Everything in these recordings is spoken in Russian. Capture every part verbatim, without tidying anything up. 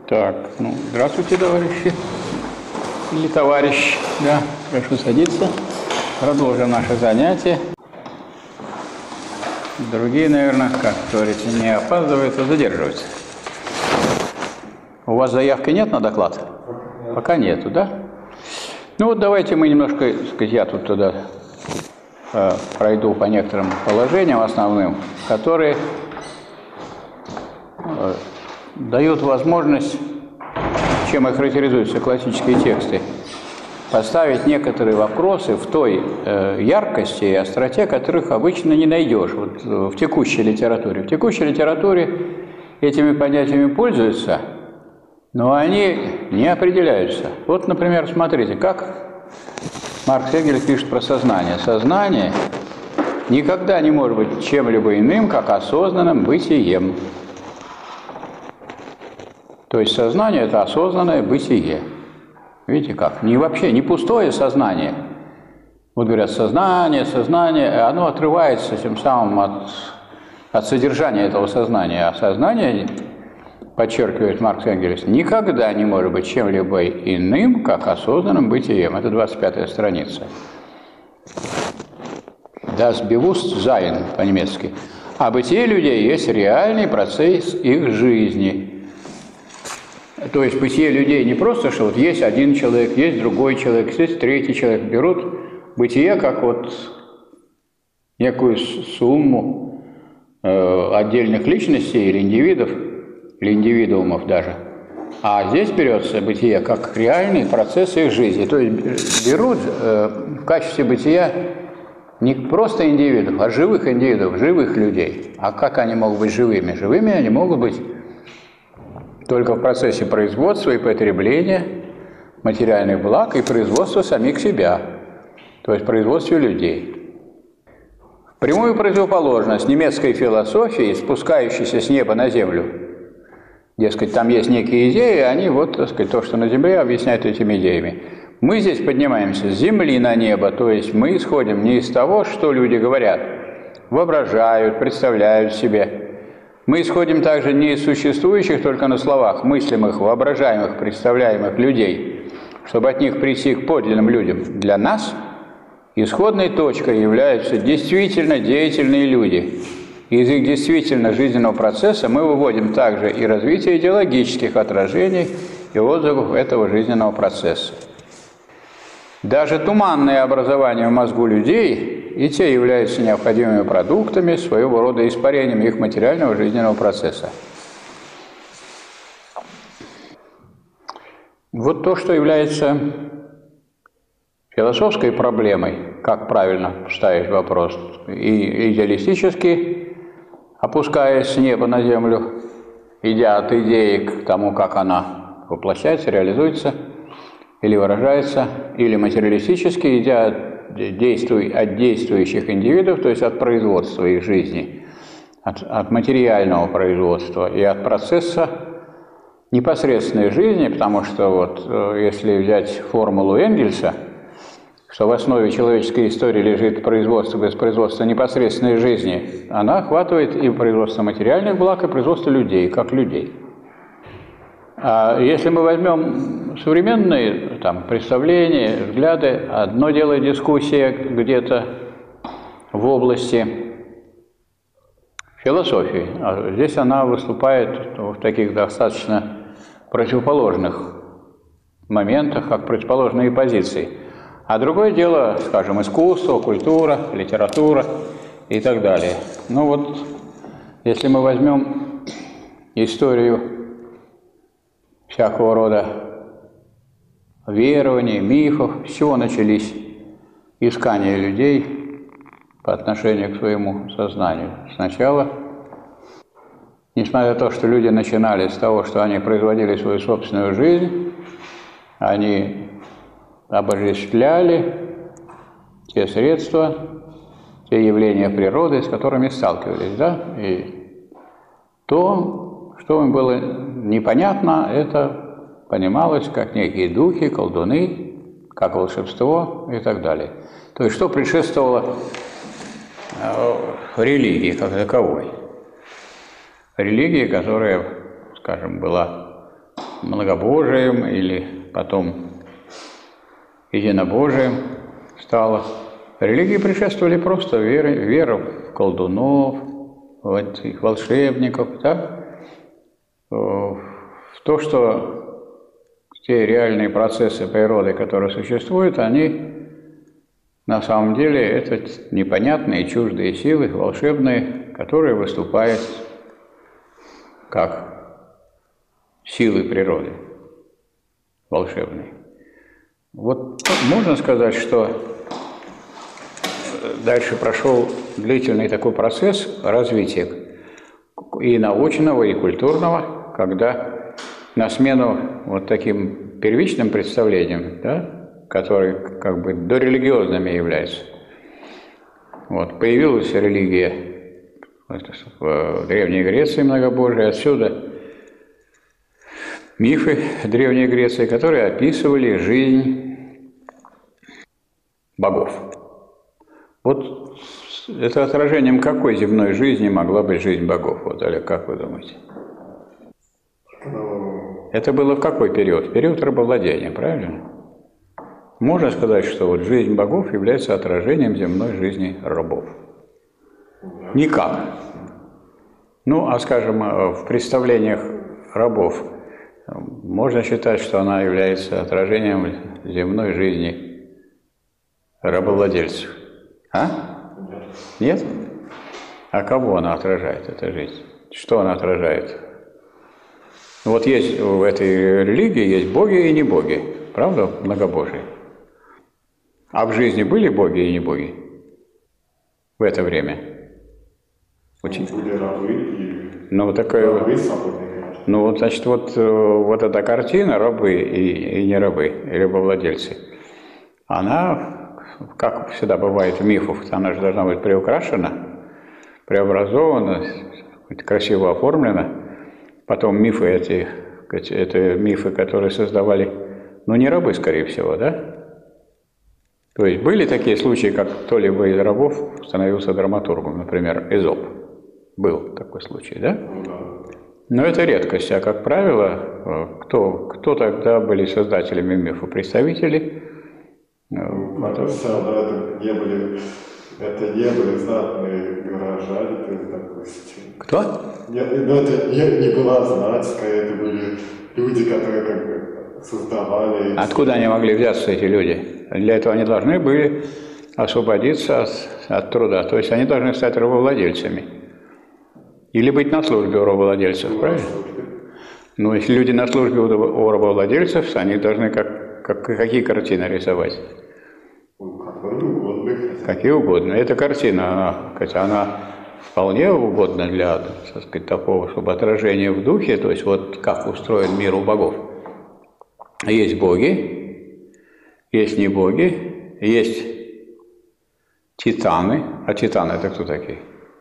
Так, ну, здравствуйте, товарищи. Или товарищ, да, прошу садиться. Продолжим наше занятие. Другие, наверное, как говорится, не опаздывают, а задерживаются. У вас заявки нет на доклад? Пока нету, да? Ну вот давайте мы немножко, так сказать, я тут туда э, пройду по некоторым положениям основным, которые э, дают возможность, чем и характеризуются классические тексты, поставить некоторые вопросы в той э, яркости и остроте, которых обычно не найдешь вот, в текущей литературе. В текущей литературе этими понятиями пользуются, но они не определяются. Вот, например, смотрите, как Маркс Энгельс пишет про сознание. Сознание никогда не может быть чем-либо иным, как осознанным бытием. То есть сознание – это осознанное бытие. Видите как? Не вообще, не пустое сознание. Вот говорят, сознание, сознание, оно отрывается тем самым от, от содержания этого сознания. А сознание, подчеркивает Маркс Энгельс, никогда не может быть чем-либо иным, как осознанным бытием. Это двадцать пятая страница. Das Bewusstsein по-немецки. А бытие людей есть реальный процесс их жизни. То есть бытие людей не просто, что вот есть один человек, есть другой человек, есть третий человек. Берут бытие как вот некую сумму э, отдельных личностей или индивидов, или индивидуумов даже. А здесь берется бытие как реальный процесс их жизни. То есть берут э, в качестве бытия не просто индивидов, а живых индивидов, живых людей. А как они могут быть живыми? Живыми они могут быть только в процессе производства и потребления материальных благ и производства самих себя, то есть производства людей. В прямую противоположность немецкой философии, спускающейся с неба на землю, дескать, там есть некие идеи, они вот, так сказать, то, что на земле, объясняют этими идеями. Мы здесь поднимаемся с земли на небо, то есть мы исходим не из того, что люди говорят, воображают, представляют себе. Мы исходим также не из существующих только на словах, мыслимых, воображаемых, представляемых людей, чтобы от них прийти к подлинным людям. Для нас исходной точкой являются действительно деятельные люди. Из их действительно жизненного процесса мы выводим также и развитие идеологических отражений и отзывов этого жизненного процесса. Даже туманное образование в мозгу людей и те являются необходимыми продуктами, своего рода испарениями их материального жизненного процесса. Вот то, что является философской проблемой, как правильно ставить вопрос, и идеалистически, опускаясь с неба на землю, идя от идеи к тому, как она воплощается, реализуется, или выражается, или материалистически, идя от, действуй, от действующих индивидов, то есть от производства их жизни, от, от материального производства и от процесса непосредственной жизни, потому что вот если взять формулу Энгельса, что в основе человеческой истории лежит производство без производства непосредственной жизни, она охватывает и производство материальных благ, и производство людей, как людей. А если мы возьмем современные там, представления, взгляды, одно дело дискуссия где-то в области философии, а здесь она выступает в таких достаточно противоположных моментах, как противоположные позиции. А другое дело, скажем, искусство, культура, литература и так далее. Ну вот, если мы возьмем историю всякого рода верований, мифов, с чего начались искания людей по отношению к своему сознанию. Сначала, несмотря на то, что люди начинали с того, что они производили свою собственную жизнь, они обожествляли те средства, те явления природы, с которыми сталкивались, да, и то, что им было непонятно, это понималось как некие духи, колдуны, как волшебство и так далее. То есть, что предшествовало религии как таковой. Религии, которая, скажем, была многобожием или потом единобожием стало. Религии предшествовали просто вере, вера в колдунов, в этих волшебников, да? В то, что те реальные процессы природы, которые существуют, они на самом деле это непонятные чуждые силы, волшебные, которые выступают как силы природы волшебные. Вот можно сказать, что дальше прошел длительный такой процесс развития и научного, и культурного, когда на смену вот таким первичным представлениям, да, которые как бы дорелигиозными являются, вот, появилась религия в Древней Греции многобожие, отсюда мифы Древней Греции, которые описывали жизнь богов. Вот это отражением какой земной жизни могла быть жизнь богов? Вот, Олег, как вы думаете? Это было в какой период? В период рабовладения, правильно? Можно сказать, что вот жизнь богов является отражением земной жизни рабов? Никак. Ну, а скажем, в представлениях рабов можно считать, что она является отражением земной жизни рабовладельцев. А? Нет? А кого она отражает, эта жизнь? Что она отражает? Вот есть в этой религии есть боги и не боги, правда, многобожие? А в жизни были боги и не боги в это время? Очень. Были рабы и ну, такая, рабы свободные. Ну, вот, значит, вот, вот эта картина, рабы и, и не рабы, и рабовладельцы, она, как всегда бывает в мифах, она же должна быть приукрашена, преобразована, красиво оформлена. Потом мифы эти, это мифы, которые создавали, ну, не рабы, скорее всего, да? То есть были такие случаи, как кто-либо из рабов становился драматургом, например, Эзоп. Был такой случай, да? Но это редкость, а как правило, кто, кто тогда были создателями мифа? Представители? Ну, это все равно это не были, это не были знатные горожане, то есть, допустим. Кто? Нет, ну, это не, не была знать, скорее это были люди, которые как бы создавали... Откуда они могли взяться, эти люди? Для этого они должны были освободиться от, от труда, то есть они должны стать рабовладельцами. Или быть на службе у рабовладельцев, ну, правильно? Ну, если люди на службе у рабовладельцев, они должны как, как, какие картины рисовать? Ну, какие угодно. Какие угодно. Эта картина, она, она вполне угодна для, так сказать, такого, чтобы отражения в духе, то есть вот как устроен мир у богов. Есть боги, есть не боги, есть титаны. А титаны это кто такие?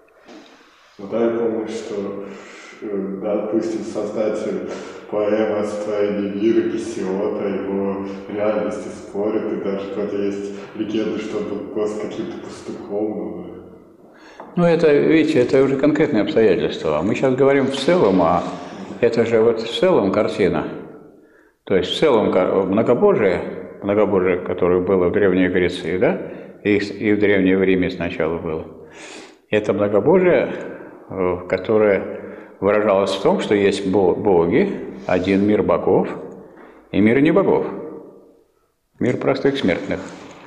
Ну да, я помню, что, да, допустим, создатель поэмы о строении мира Гесиода, его реальности спорят, и даже вроде есть легенда, что он был просто каким-то пастухом. Ну, это, видите, это уже конкретные обстоятельства. Мы сейчас говорим в целом, а это же вот в целом картина. То есть в целом многобожие, многобожие, которое было в Древней Греции, да, и, и в Древнем Риме сначала было, это многобожие, которое выражалось в том, что есть боги, один мир богов и мир не богов, мир простых смертных.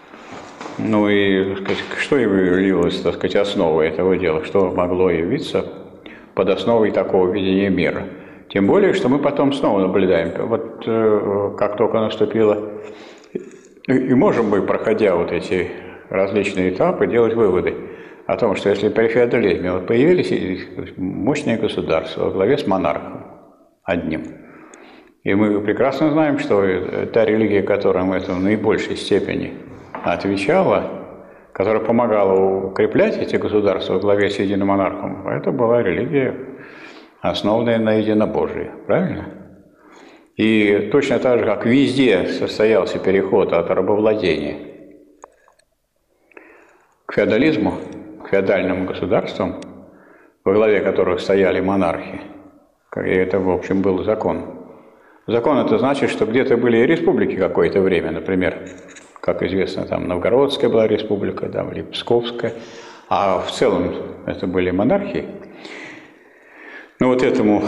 Ну и, так сказать, что явилось, так сказать, основой этого дела, что могло явиться под основой такого видения мира. Тем более, что мы потом снова наблюдаем, вот э, как только наступило, и, и можем мы, проходя вот эти различные этапы, делать выводы о том, что если при феодализме вот появились мощные государства во главе с монархом одним, и мы прекрасно знаем, что та религия, которая в этом в наибольшей степени отвечала, которая помогала укреплять эти государства во главе с единым монархом, это была религия, основанная на единобожии, правильно? И точно так же, как везде состоялся переход от рабовладения к феодализму, к феодальным государствам, во главе которых стояли монархи, и это, в общем, был закон, Закон это значит, что где-то были и республики какое-то время, например, как известно, там Новгородская была республика, там, или Псковская, а в целом это были монархии. Но вот этому,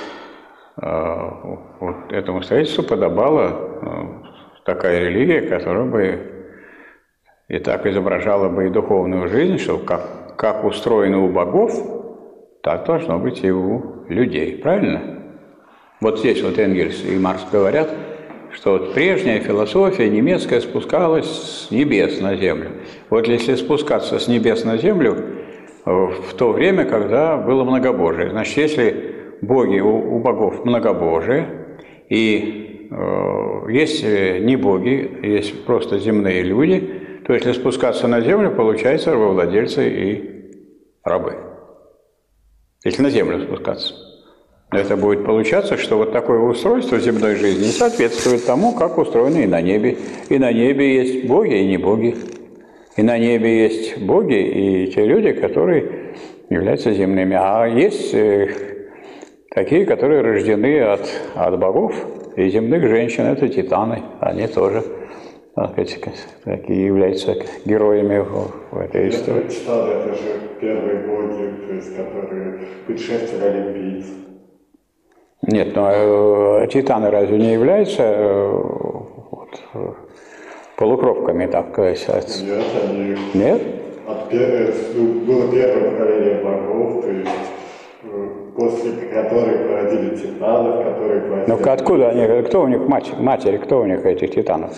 вот этому строительству подобала такая религия, которая бы и так изображала бы и духовную жизнь, что как, как устроено у богов, так должно быть и у людей, правильно? Вот здесь вот Энгельс и Маркс говорят, что вот прежняя философия немецкая спускалась с небес на землю. Вот если спускаться с небес на землю в то время, когда было многобожие, значит, если боги у, у богов многобожие, и э, есть не боги, есть просто земные люди, то если спускаться на землю, получается рабовладельцы и рабы. Если на землю спускаться. Это будет получаться, что вот такое устройство земной жизни соответствует тому, как устроено и на небе. И на небе есть боги и не боги. И на небе есть боги и те люди, которые являются земными. А есть такие, которые рождены от, от богов и земных женщин. Это титаны. Они тоже, так сказать, такие являются героями в, в этой истории. Титаны — это же первые боги, то есть, которые предшествовали убийцам. Нет, но э, титаны разве не являются э, вот, э, полукровками, так сказать? Нет, они... Нет? От пер... Было первое поколение богов, то есть э, после которых породили титанов, которые породили... Ну откуда они, кто у них мать, матери, кто у них этих титанов?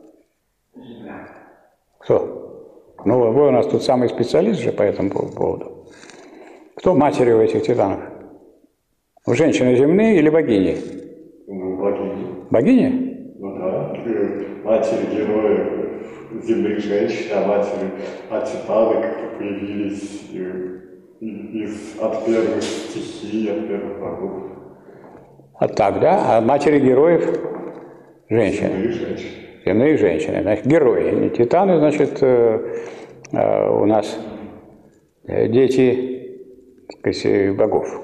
Кто? Ну вы у нас тут самый специалист же по этому поводу. Кто матери у этих титанов? Женщины земные или богини? Ну, богини. Богини? Ну да, матери героев земных женщин, а матери, а титаны как-то появились из, от первых стихий, от первых богов. А так, да? А матери героев женщины? Земные женщины. Земные женщины. Значит, герои. Титаны, значит, у нас дети, так сказать, богов.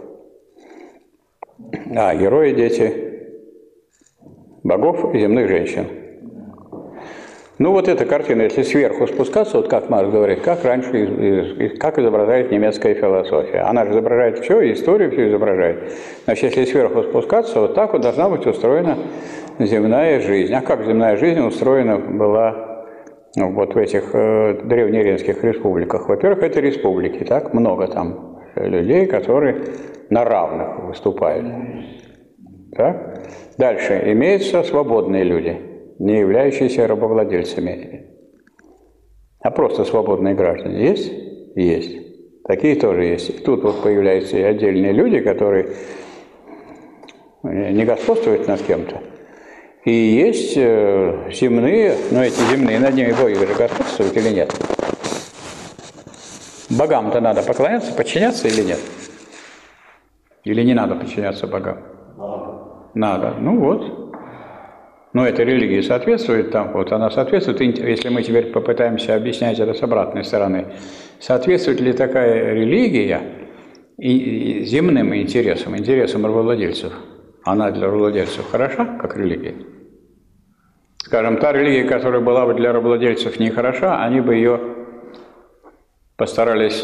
А, герои, дети богов и земных женщин. Ну, вот эта картина, если сверху спускаться, вот как Маркс говорит, как раньше, как изображает немецкая философия. Она же изображает все, историю все изображает. Значит, если сверху спускаться, вот так вот должна быть устроена земная жизнь. А как земная жизнь устроена была ну, вот в этих э, древнеримских республиках? Во-первых, это республики, так, много там людей, которые на равных выступают. Так? Дальше. Имеются свободные люди, не являющиеся рабовладельцами, а просто свободные граждане. Есть? Есть. Такие тоже есть. И тут вот появляются и отдельные люди, которые не господствуют над кем-то. И есть э, земные, но эти земные, над ними боги же господствуют или нет? Богам-то надо поклоняться, подчиняться или нет? Или не надо подчиняться богам? Надо. Надо. Ну вот. Но эта религия соответствует там, вот она соответствует, если мы теперь попытаемся объяснять это с обратной стороны, соответствует ли такая религия и земным интересам, интересам рабовладельцев? Она для рабовладельцев хороша, как религия? Скажем, та религия, которая была бы для рабовладельцев не хороша, они бы ее постарались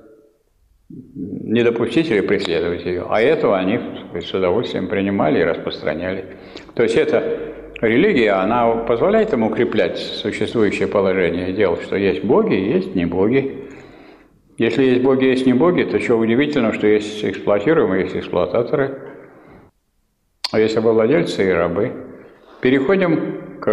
не допустить или преследовать ее, а этого они с удовольствием принимали и распространяли. То есть эта религия, она позволяет им укреплять существующее положение дел, что есть боги, есть не боги. Если есть боги, есть не боги, то чего удивительного, что есть эксплуатируемые, есть эксплуататоры, а есть рабовладельцы и рабы. Переходим к,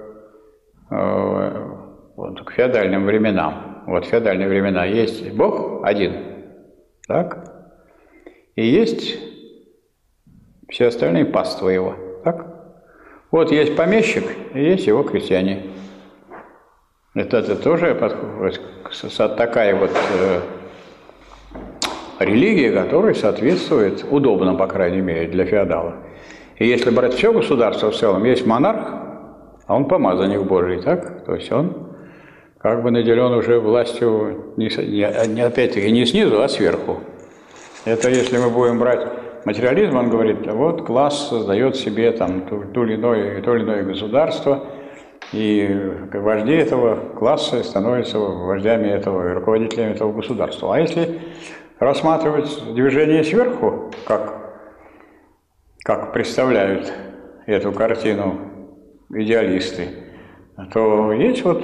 э, вот, к феодальным временам. Вот феодальные времена есть Бог один, так? И есть все остальные паства его, так? Вот есть помещик, и есть его крестьяне. Это, это тоже такая вот э, религия, которая соответствует, удобно, по крайней мере, для феодала. И если брать все государство в целом, есть монарх, а он помазанник Божий, так? То есть он как бы наделен уже властью, не, не, опять-таки, не снизу, а сверху. Это если мы будем брать материализм, он говорит, вот класс создает себе там то, то, или иное, то или иное государство, и вожди этого класса становятся вождями этого и руководителями этого государства. А если рассматривать движение сверху, как, как представляют эту картину идеалисты, то есть вот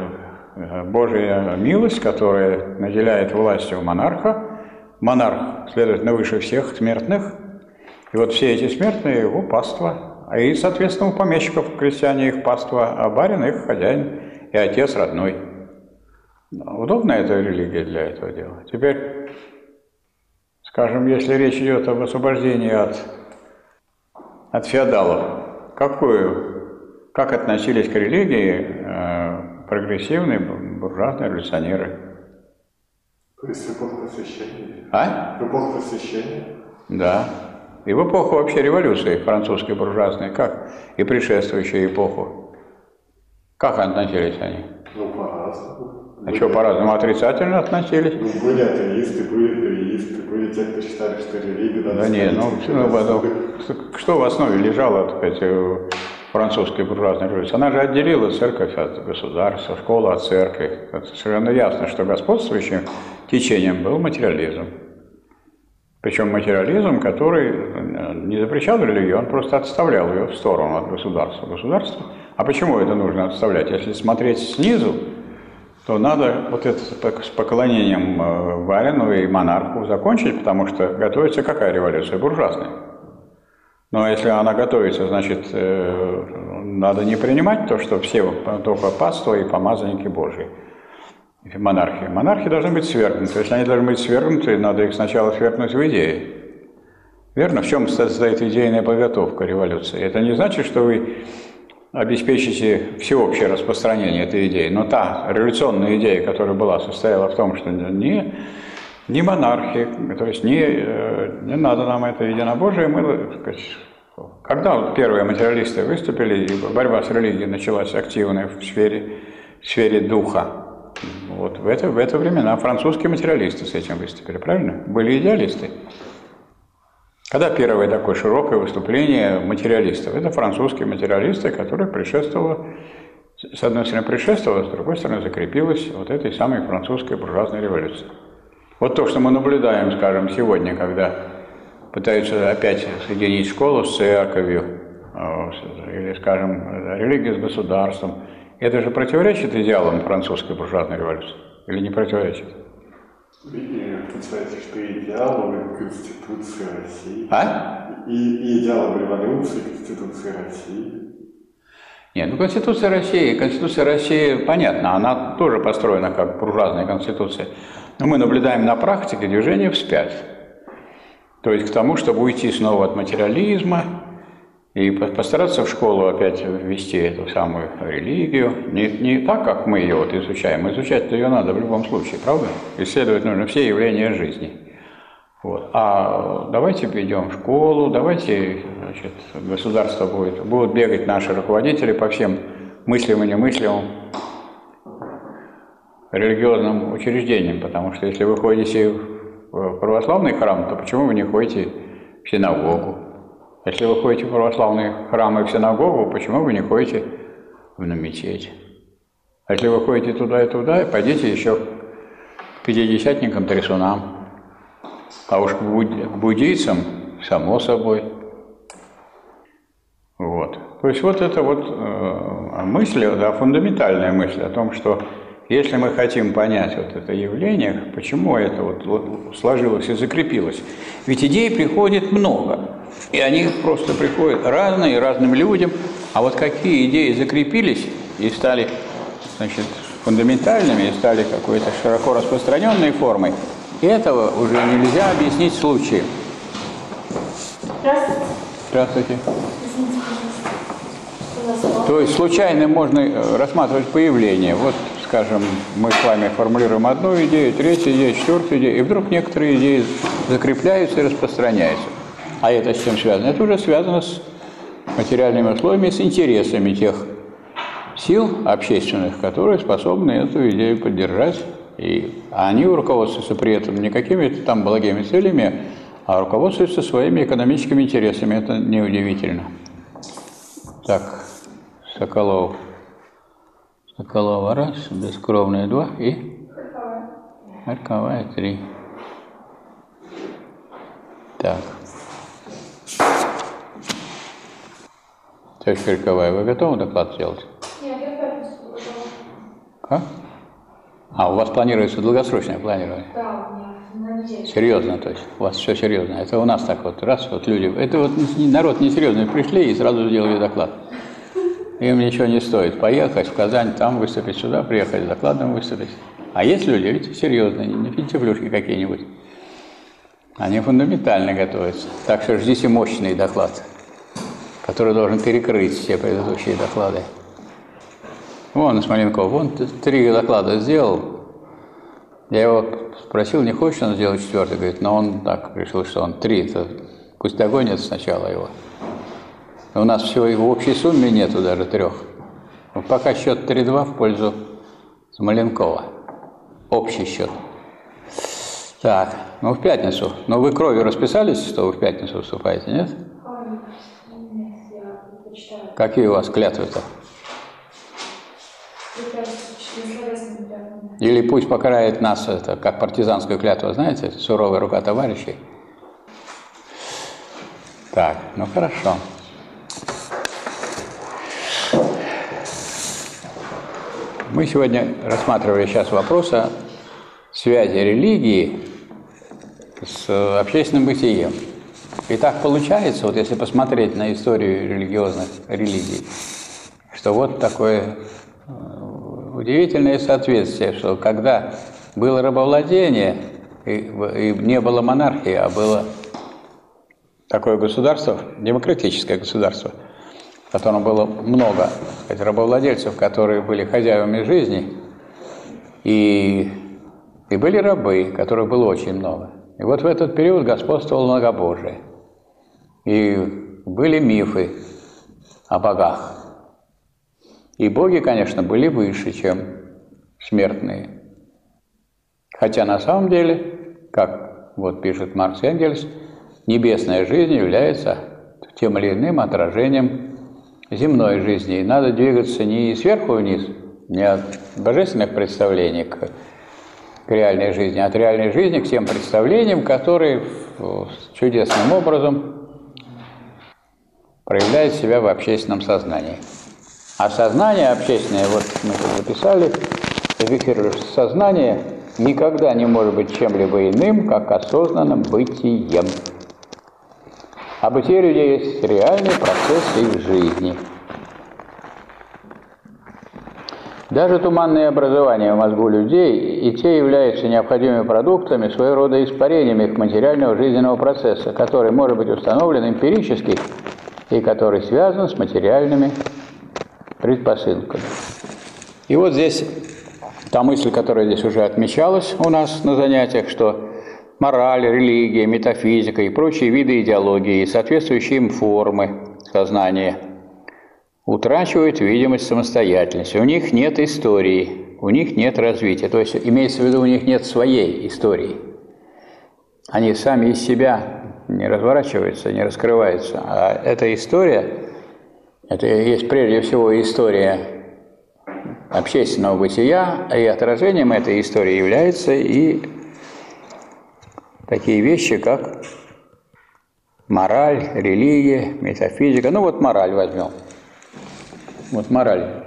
Божья милость, которая наделяет властью монарха. Монарх, следовательно, выше всех смертных. И вот все эти смертные его паства. А и, соответственно, у помещиков, крестьяне их паства, а барин их хозяин и отец родной. Удобная эта религия для этого дела. Теперь, скажем, если речь идет об освобождении от, от феодалов, какую, как относились к религии э, прогрессивные буржуазные революционеры? То есть в эпоху просвещения? А? В эпоху просвещения? Да. И в эпоху вообще революции французской буржуазной, как? И предшествующую эпоху. Как относились они? Ну, по-разному. А что по-разному? Отрицательно относились? Ну, были атеисты, были теисты, были те, кто считали, что религия... Да нет, ну, ну, что в основе лежало, так сказать, французской буржуазной революции? Она же отделила церковь от государства, школу от церкви. Это совершенно ясно, что господствующим течением был материализм. Причем материализм, который не запрещал религию, он просто отставлял ее в сторону от государства. Государство. А почему это нужно отставлять? Если смотреть снизу, то надо вот это с поклонением барину и монарху закончить, потому что готовится какая революция? Буржуазная. Но если она готовится, значит, надо не принимать то, что все только паства и помазанники Божьи. Монархии. Монархии должны быть свергнуты. Если они должны быть свергнуты, надо их сначала свергнуть в идее. Верно? В чем состоит идейная подготовка революции? Это не значит, что вы обеспечите всеобщее распространение этой идеи. Но та революционная идея, которая была, состояла в том, что не, не монархии, то есть не, не надо нам это единобожие. Мы, так сказать, когда первые материалисты выступили, и борьба с религией началась активная в сфере, в сфере духа. Вот в это, в это времена французские материалисты с этим выступили, правильно? Были идеалисты. Когда первое такое широкое выступление материалистов? Это французские материалисты, которые предшествовало, с одной стороны предшествовало, с другой стороны закрепилось вот этой самой французской буржуазной революции. Вот то, что мы наблюдаем, скажем, сегодня, когда пытаются опять соединить школу с церковью, или, скажем, религию с государством, это же противоречит идеалам французской буржуазной революции? Или не противоречит? И получается, что идеалом Конституции России. А? И, и идеалом революции Конституции России. Нет, ну Конституция России, Конституция России, понятно, она тоже построена как буржуазная конституция. Но мы наблюдаем на практике движение вспять. То есть к тому, чтобы уйти снова от материализма, и постараться в школу опять ввести эту самую религию. Не, не так, как мы ее вот изучаем. Изучать-то ее надо в любом случае, правда? Исследовать нужно все явления жизни. Вот. А давайте перейдем в школу, давайте, значит, государство будет, будут бегать наши руководители по всем мыслимым и немыслимым религиозным учреждениям. Потому что если вы ходите в православный храм, то почему вы не ходите в синагогу? Если вы ходите в православные храмы и в синагогу, почему вы не ходите в мечеть? А если вы ходите туда и туда, пойдите еще к пятидесятникам, трясунам. А уж к буддийцам, само собой. Вот. То есть вот это вот э, мысль, да, фундаментальная мысль о том, что если мы хотим понять вот это явление, почему это вот сложилось и закрепилось, ведь идей приходит много. И они просто приходят разные, разным людям. А вот какие идеи закрепились и стали, значит, фундаментальными, и стали какой-то широко распространенной формой, этого уже нельзя объяснить случаем. Здравствуйте. Здравствуйте. Извините, пожалуйста. То есть случайно можно рассматривать появление. Вот, скажем, мы с вами формулируем одну идею, третью идею, четвертую идею, и вдруг некоторые идеи закрепляются и распространяются. А это с чем связано? Это уже связано с материальными условиями, с интересами тех сил общественных, которые способны эту идею поддержать. И они руководствуются при этом не какими-то там благими целями, А руководствуются своими экономическими интересами. Это неудивительно. Так, Соколов. Соколова раз, бескровная два и Харьковая три. Так. Товарищ Харьковая, вы готовы доклад сделать? Нет, я в пятницу готова. Как? А, у вас планируется долгосрочное планирование? Да, у меня на неделю. Серьезно, то есть у вас все серьезно. Это у нас так вот, раз, вот люди. Это вот народ несерьезный, пришли и сразу сделали доклад. Им ничего не стоит поехать в Казань, там выступить, сюда приехать, с докладом выступить. А есть люди, видите, серьезные, не финтифлюшки какие-нибудь. Они фундаментально готовятся. Так что ждите мощный доклад, который должен перекрыть все предыдущие доклады. Вон Смоленков, вон три доклада сделал. Я его спросил, не хочет он сделать четвертый, говорит, но он так решил, что он три, то пусть догонит сначала его. У нас всего в общей сумме нету даже трех. Пока счет три-два в пользу Смоленкова. Общий счет. Так, ну в пятницу. Но вы кровью расписались, что вы в пятницу выступаете, нет? Нет, я почитаю. Какие у вас клятвы-то? Или пусть покарает нас, это как партизанскую клятву, знаете, суровая рука товарищей. Так, ну хорошо. Мы сегодня рассматривали сейчас вопрос о связи религии с общественным бытием. И так получается, вот если посмотреть на историю религиозных религий, что вот такое удивительное соответствие, что когда было рабовладение, и, и не было монархии, а было такое государство, демократическое государство, в котором было много сказать, рабовладельцев, которые были хозяевами жизни, и, и были рабы, которых было очень много. И вот в этот период господствовало многобожие. И были мифы о богах. И боги, конечно, были выше, чем смертные. Хотя на самом деле, как вот пишет Маркс и Энгельс, небесная жизнь является тем или иным отражением земной жизни. И надо двигаться не сверху вниз, не от божественных представлений к, к реальной жизни, а от реальной жизни к тем представлениям, которые чудесным образом проявляют себя в общественном сознании. А сознание общественное, вот мы тут записали, зафиксировали, что сознание никогда не может быть чем-либо иным, как осознанным бытием. А бытие людей есть реальный процесс их жизни. Даже туманные образования в мозгу людей, и те являются необходимыми продуктами, своего рода испарениями их материального жизненного процесса, который может быть установлен эмпирически и который связан с материальными предпосылками. И вот здесь та мысль, которая здесь уже отмечалась у нас на занятиях, что мораль, религия, метафизика и прочие виды идеологии и соответствующие им формы сознания утрачивают видимость самостоятельности. У них нет истории, у них нет развития. То есть имеется в виду, у них нет своей истории. Они сами из себя не разворачиваются, не раскрываются. А эта история, это есть прежде всего история общественного бытия, и отражением этой истории являются и такие вещи, как мораль, религия, метафизика. Ну вот мораль возьмем. Вот мораль.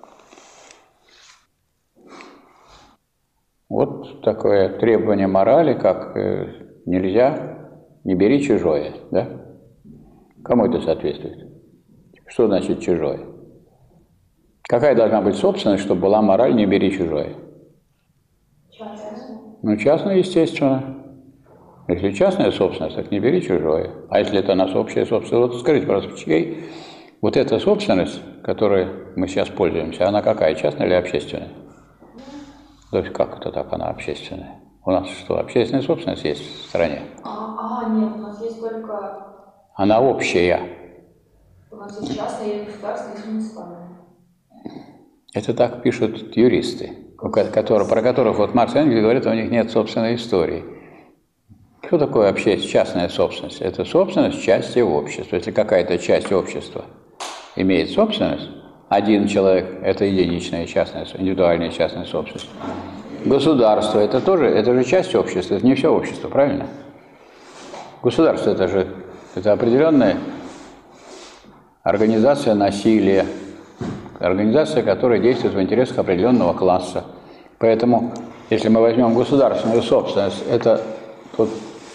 Вот такое требование морали, как э, нельзя, не бери чужое, да? Кому это соответствует? Что значит чужое? Какая должна быть собственность, чтобы была мораль «не бери чужое»? Частная. Ну, частная, естественно. Если частная собственность, так не бери чужое. А если это наша общая собственность, вот скажите, пожалуйста, чьей вот эта собственность, которой мы сейчас пользуемся, она какая, частная или общественная? То есть как это так, она общественная? У нас что, общественная собственность есть в стране? А, а, нет, у нас есть только... Она общая. У нас есть частная, есть государственная, есть муниципальная. Это так пишут юристы, которые, про которых вот Маркс и Энгельс говорят, у них нет собственной истории. Что такое вообще частная собственность? Это собственность части общества. Если какая-то часть общества имеет собственность, один человек – это единичная частная, индивидуальная частная собственность. Государство – это тоже, это же часть общества, это не все общество, правильно? Государство – это же это определенная организация насилия, организация, которая действует в интересах определенного класса. Поэтому, если мы возьмем государственную собственность, это тут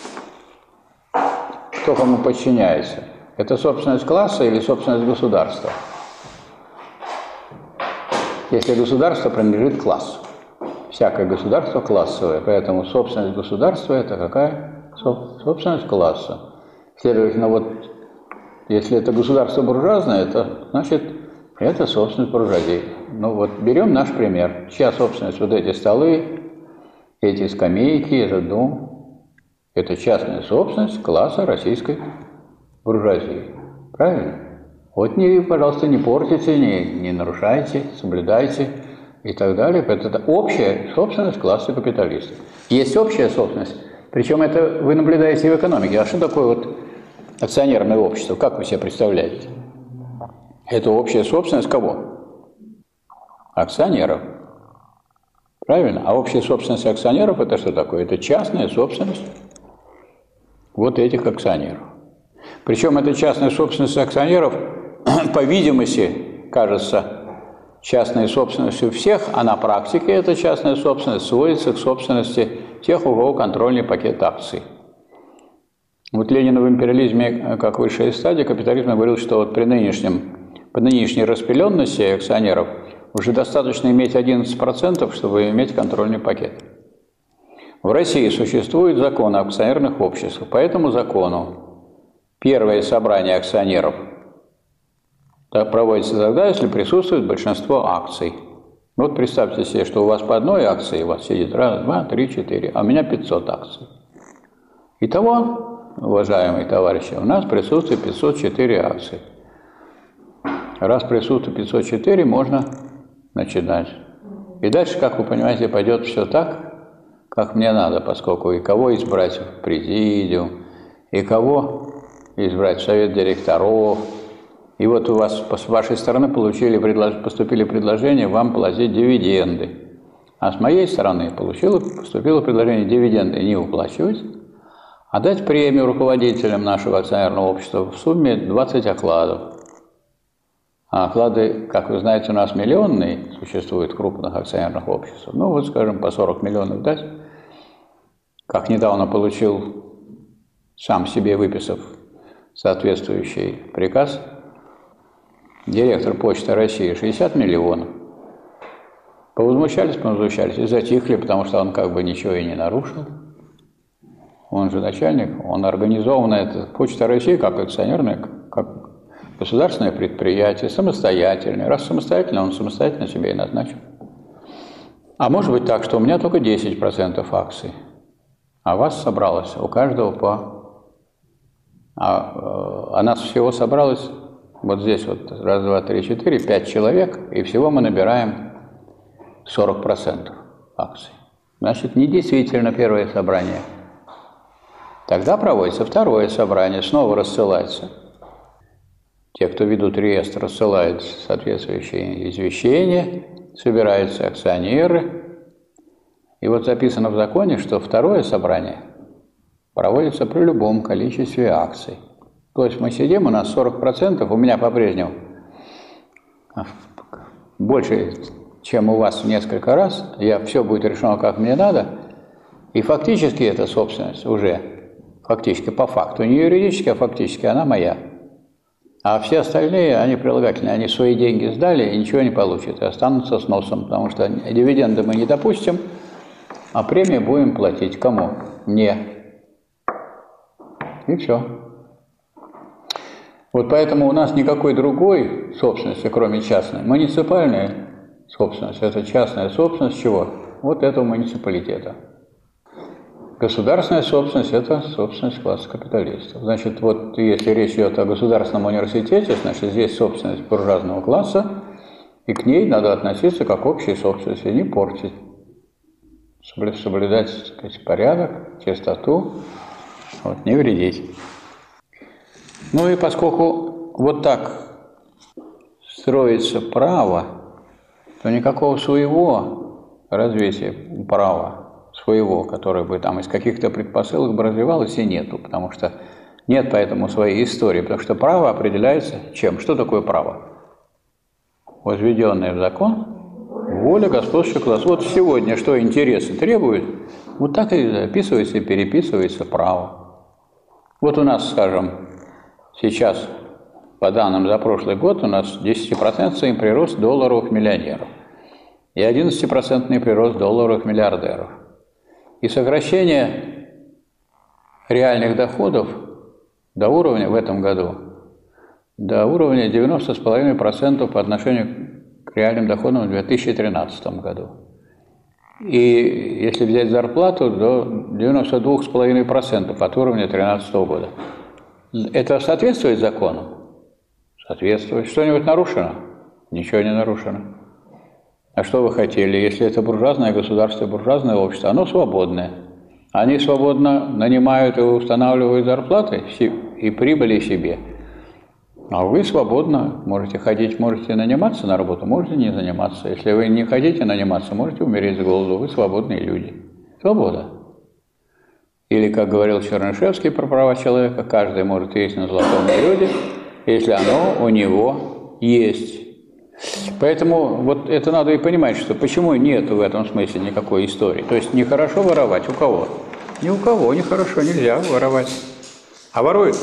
кто кому подчиняется? Это собственность класса или собственность государства? Если государство принадлежит классу. Всякое государство классовое, поэтому собственность государства – это какая? Собственность класса. Следовательно, вот если это государство буржуазное, это значит, это собственность буржуазии. Ну вот берем наш пример. Чья собственность? Вот эти столы, эти скамейки, этот дом. Это частная собственность класса российской буржуазии. Правильно? Вот, не, пожалуйста, не портите, не, не нарушайте, соблюдайте и так далее. Это общая собственность класса капиталистов. Есть общая собственность, причем это вы наблюдаете в экономике. А что такое вот акционерное общество? Как вы себе представляете? Это общая собственность кого? Акционеров. Правильно? А общая собственность акционеров – это что такое? Это частная собственность вот этих акционеров. Причем эта частная собственность акционеров, по видимости, кажется частной собственностью всех, а на практике эта частная собственность сводится к собственности тех, у кого контрольный пакет акций. Вот Ленин в «Империализме как высшая стадия капитализма» говорил, что вот при нынешнем, по нынешней распыленности акционеров уже достаточно иметь одиннадцать процентов, чтобы иметь контрольный пакет. В России существует закон о акционерных обществах. По этому закону первое собрание акционеров проводится тогда, если присутствует большинство акций. Вот представьте себе, что у вас по одной акции, у вас сидит раз, два, три, четыре, а у меня пятьсот акций. Итого, уважаемые товарищи, у нас присутствует пятьсот четыре акции. Раз присутствует пятьсот четыре, можно начинать. И дальше, как вы понимаете, пойдет все так, как мне надо, поскольку и кого избрать в президиум, и кого избрать в совет директоров. И вот у вас с вашей стороны получили, поступили предложения вам платить дивиденды. А с моей стороны получило, поступило предложение дивиденды не выплачивать, а дать премию руководителям нашего акционерного общества в сумме двадцать окладов. А оклады, как вы знаете, у нас миллионные существуют крупных акционерных обществ. Ну вот, скажем, по сорок миллионов дать. Как недавно получил, сам себе выписав соответствующий приказ, директор Почты России, шестьдесят миллионов. Повозмущались, повозмущались и затихли, потому что он как бы ничего и не нарушил. Он же начальник, он организован, это Почта России как акционерное, как государственное предприятие, самостоятельное. Раз самостоятельно, он самостоятельно себе и назначил. А может быть так, что у меня только десять процентов акций, а вас собралось у каждого по... А, а нас всего собралось вот здесь вот раз, два, три, четыре, пять человек, и всего мы набираем сорок процентов акций. Значит, недействительно первое собрание. Тогда проводится второе собрание, снова рассылается. Те, кто ведут реестр, рассылают соответствующие извещения, собираются акционеры. И вот записано в законе, что второе собрание проводится при любом количестве акций. То есть мы сидим, у нас сорок процентов, у меня по-прежнему больше, чем у вас в несколько раз, я, все будет решено, как мне надо, и фактически эта собственность уже, фактически по факту, не юридически, а фактически она моя. А все остальные, они прилагательные, они свои деньги сдали и ничего не получат, и останутся с носом, потому что дивиденды мы не допустим, а премии будем платить кому? Мне. И все. Вот поэтому у нас никакой другой собственности, кроме частной. Муниципальная собственность – это частная собственность чего? Вот этого муниципалитета. Государственная собственность – это собственность класса капиталистов. Значит, вот если речь идет о государственном университете, значит, здесь собственность буржуазного класса, и к ней надо относиться как к общей собственности, не портить, соблюдать, так сказать, порядок, чистоту Вот, не вредить. Ну и поскольку вот так строится право, то никакого своего развития права, своего, которое бы там из каких-то предпосылок бы развивалось, и нету, потому что нет поэтому своей истории, потому что право определяется чем? Что такое право? Возведенное в закон, воля господствующего класса. Вот сегодня что интересы требуют, вот так и записывается и переписывается право. Вот у нас, скажем, сейчас, по данным за прошлый год, у нас десятипроцентный прирост долларовых миллионеров и одиннадцатипроцентный прирост долларовых миллиардеров. И сокращение реальных доходов до уровня в этом году, до уровня девяноста с половиной процентов по отношению к реальным доходам в две тысячи тринадцатом году. И если взять зарплату, до девяноста двух с половиной процентов от уровня две тысячи тринадцатого года. Это соответствует закону? Соответствует. Что-нибудь нарушено? Ничего не нарушено. А что вы хотели? Если это буржуазное государство, буржуазное общество, оно свободное. Они свободно нанимают и устанавливают зарплаты и прибыли себе. А вы свободно можете ходить, можете наниматься на работу, можете не заниматься. Если вы не хотите наниматься, можете умереть с голоду. Вы свободные люди. Свобода. Или, как говорил Чернышевский про права человека, каждый может есть на золотом блюде, если оно у него есть. Поэтому вот это надо и понимать, что почему нет в этом смысле никакой истории. То есть нехорошо воровать у кого? Ни у кого нехорошо, нельзя воровать. А воруют?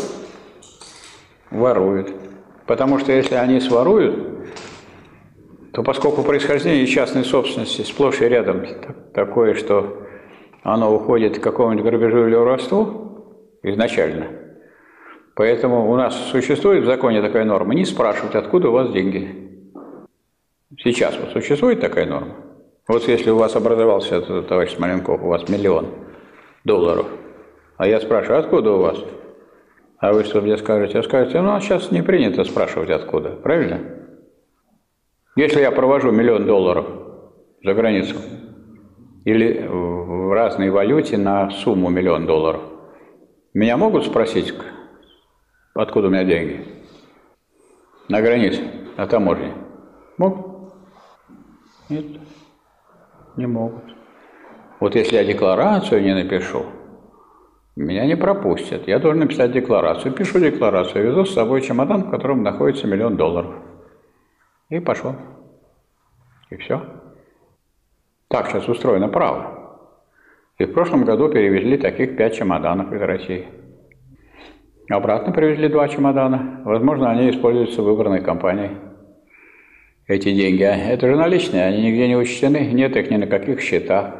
Воруют. Потому что если они своруют, то поскольку происхождение частной собственности сплошь и рядом такое, что оно уходит к какому-нибудь грабежу или воровству изначально, поэтому у нас существует в законе такая норма, не спрашивать, откуда у вас деньги. Сейчас вот существует такая норма. Вот если у вас образовался, этот, товарищ Смоленков, у вас миллион долларов, а я спрашиваю, откуда у вас? А вы что мне скажете? А скажете, ну, а сейчас не принято спрашивать, откуда, правильно? Если я провожу миллион долларов за границу или в разной валюте на сумму миллион долларов, меня могут спросить, откуда у меня деньги? На границе, на таможне. Могут? Нет, не могут. Вот если я декларацию не напишу, меня не пропустят. Я должен написать декларацию. Пишу декларацию, везу с собой чемодан, в котором находится миллион долларов. И пошел. И все. Так сейчас устроено право. И в прошлом году перевезли таких пять чемоданов из России. Обратно привезли два чемодана. Возможно, они используются выбранной компанией. Эти деньги. Это же наличные, они нигде не учтены, нет их ни на каких счетах.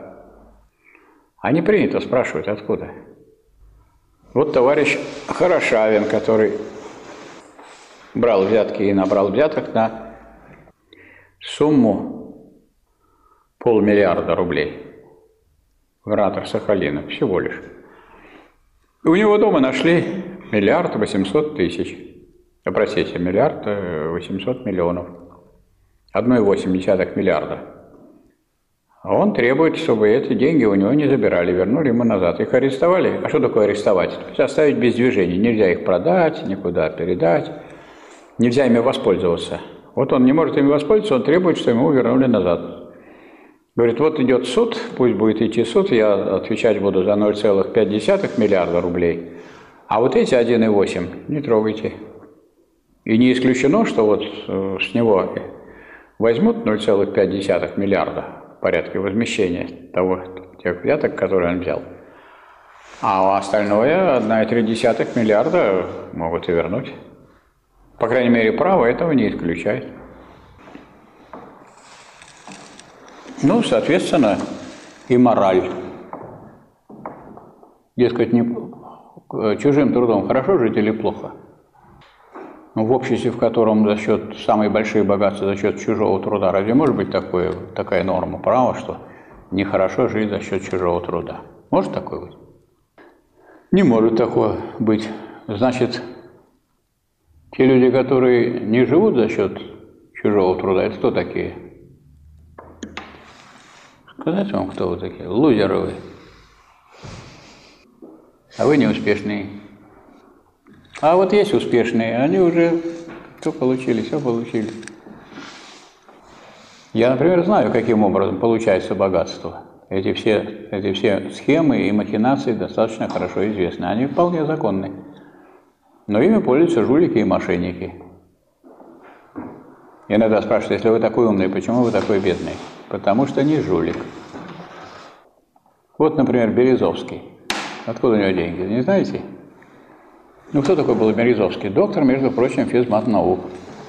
А не принято спрашивать, откуда. Вот товарищ Хорошавин, который брал взятки и набрал взяток на сумму полмиллиарда рублей. Губернатор Сахалина, всего лишь. И у него дома нашли миллиард восемьсот тысяч. Простите, миллиард восемьсот миллионов. одна целая восемь десятых миллиарда. А он требует, чтобы эти деньги у него не забирали, вернули ему назад. Их арестовали. А что такое арестовать? То есть оставить без движения. Нельзя их продать, никуда передать. Нельзя ими воспользоваться. Вот он не может ими воспользоваться, он требует, что ему вернули назад. Говорит, вот идет суд, пусть будет идти суд, я отвечать буду за ноль целых пять десятых миллиарда рублей. А вот эти одна целая восемь не трогайте. И не исключено, что вот с него возьмут ноль целых пять десятых миллиарда в порядке возмещения того, тех взяток, которые он взял. А остальное одна целая три десятых миллиарда могут и вернуть. По крайней мере, право этого не исключает. Ну, соответственно, и мораль. Дескать, не, чужим трудом хорошо жить или плохо? Ну, в обществе, в котором за счет самые большие богатства за счет чужого труда, разве может быть такое, такая норма права, что нехорошо жить за счет чужого труда? Может такое быть? Не может такое быть. Значит, те люди, которые не живут за счет чужого труда, это кто такие? Сказать вам, кто вы такие? Лузеры вы. а вы неуспешные. А вот есть успешные, они уже все получили, все получили. Я, например, знаю, каким образом получается богатство. Эти все, эти все схемы и махинации достаточно хорошо известны. Они вполне законны. Но ими пользуются жулики и мошенники. Иногда спрашивают, если вы такой умный, почему вы такой бедный? Потому что не жулик. Вот, например, Березовский. Откуда у него деньги? Не знаете? Ну, кто такой был Березовский? Доктор, между прочим, физмат-наук.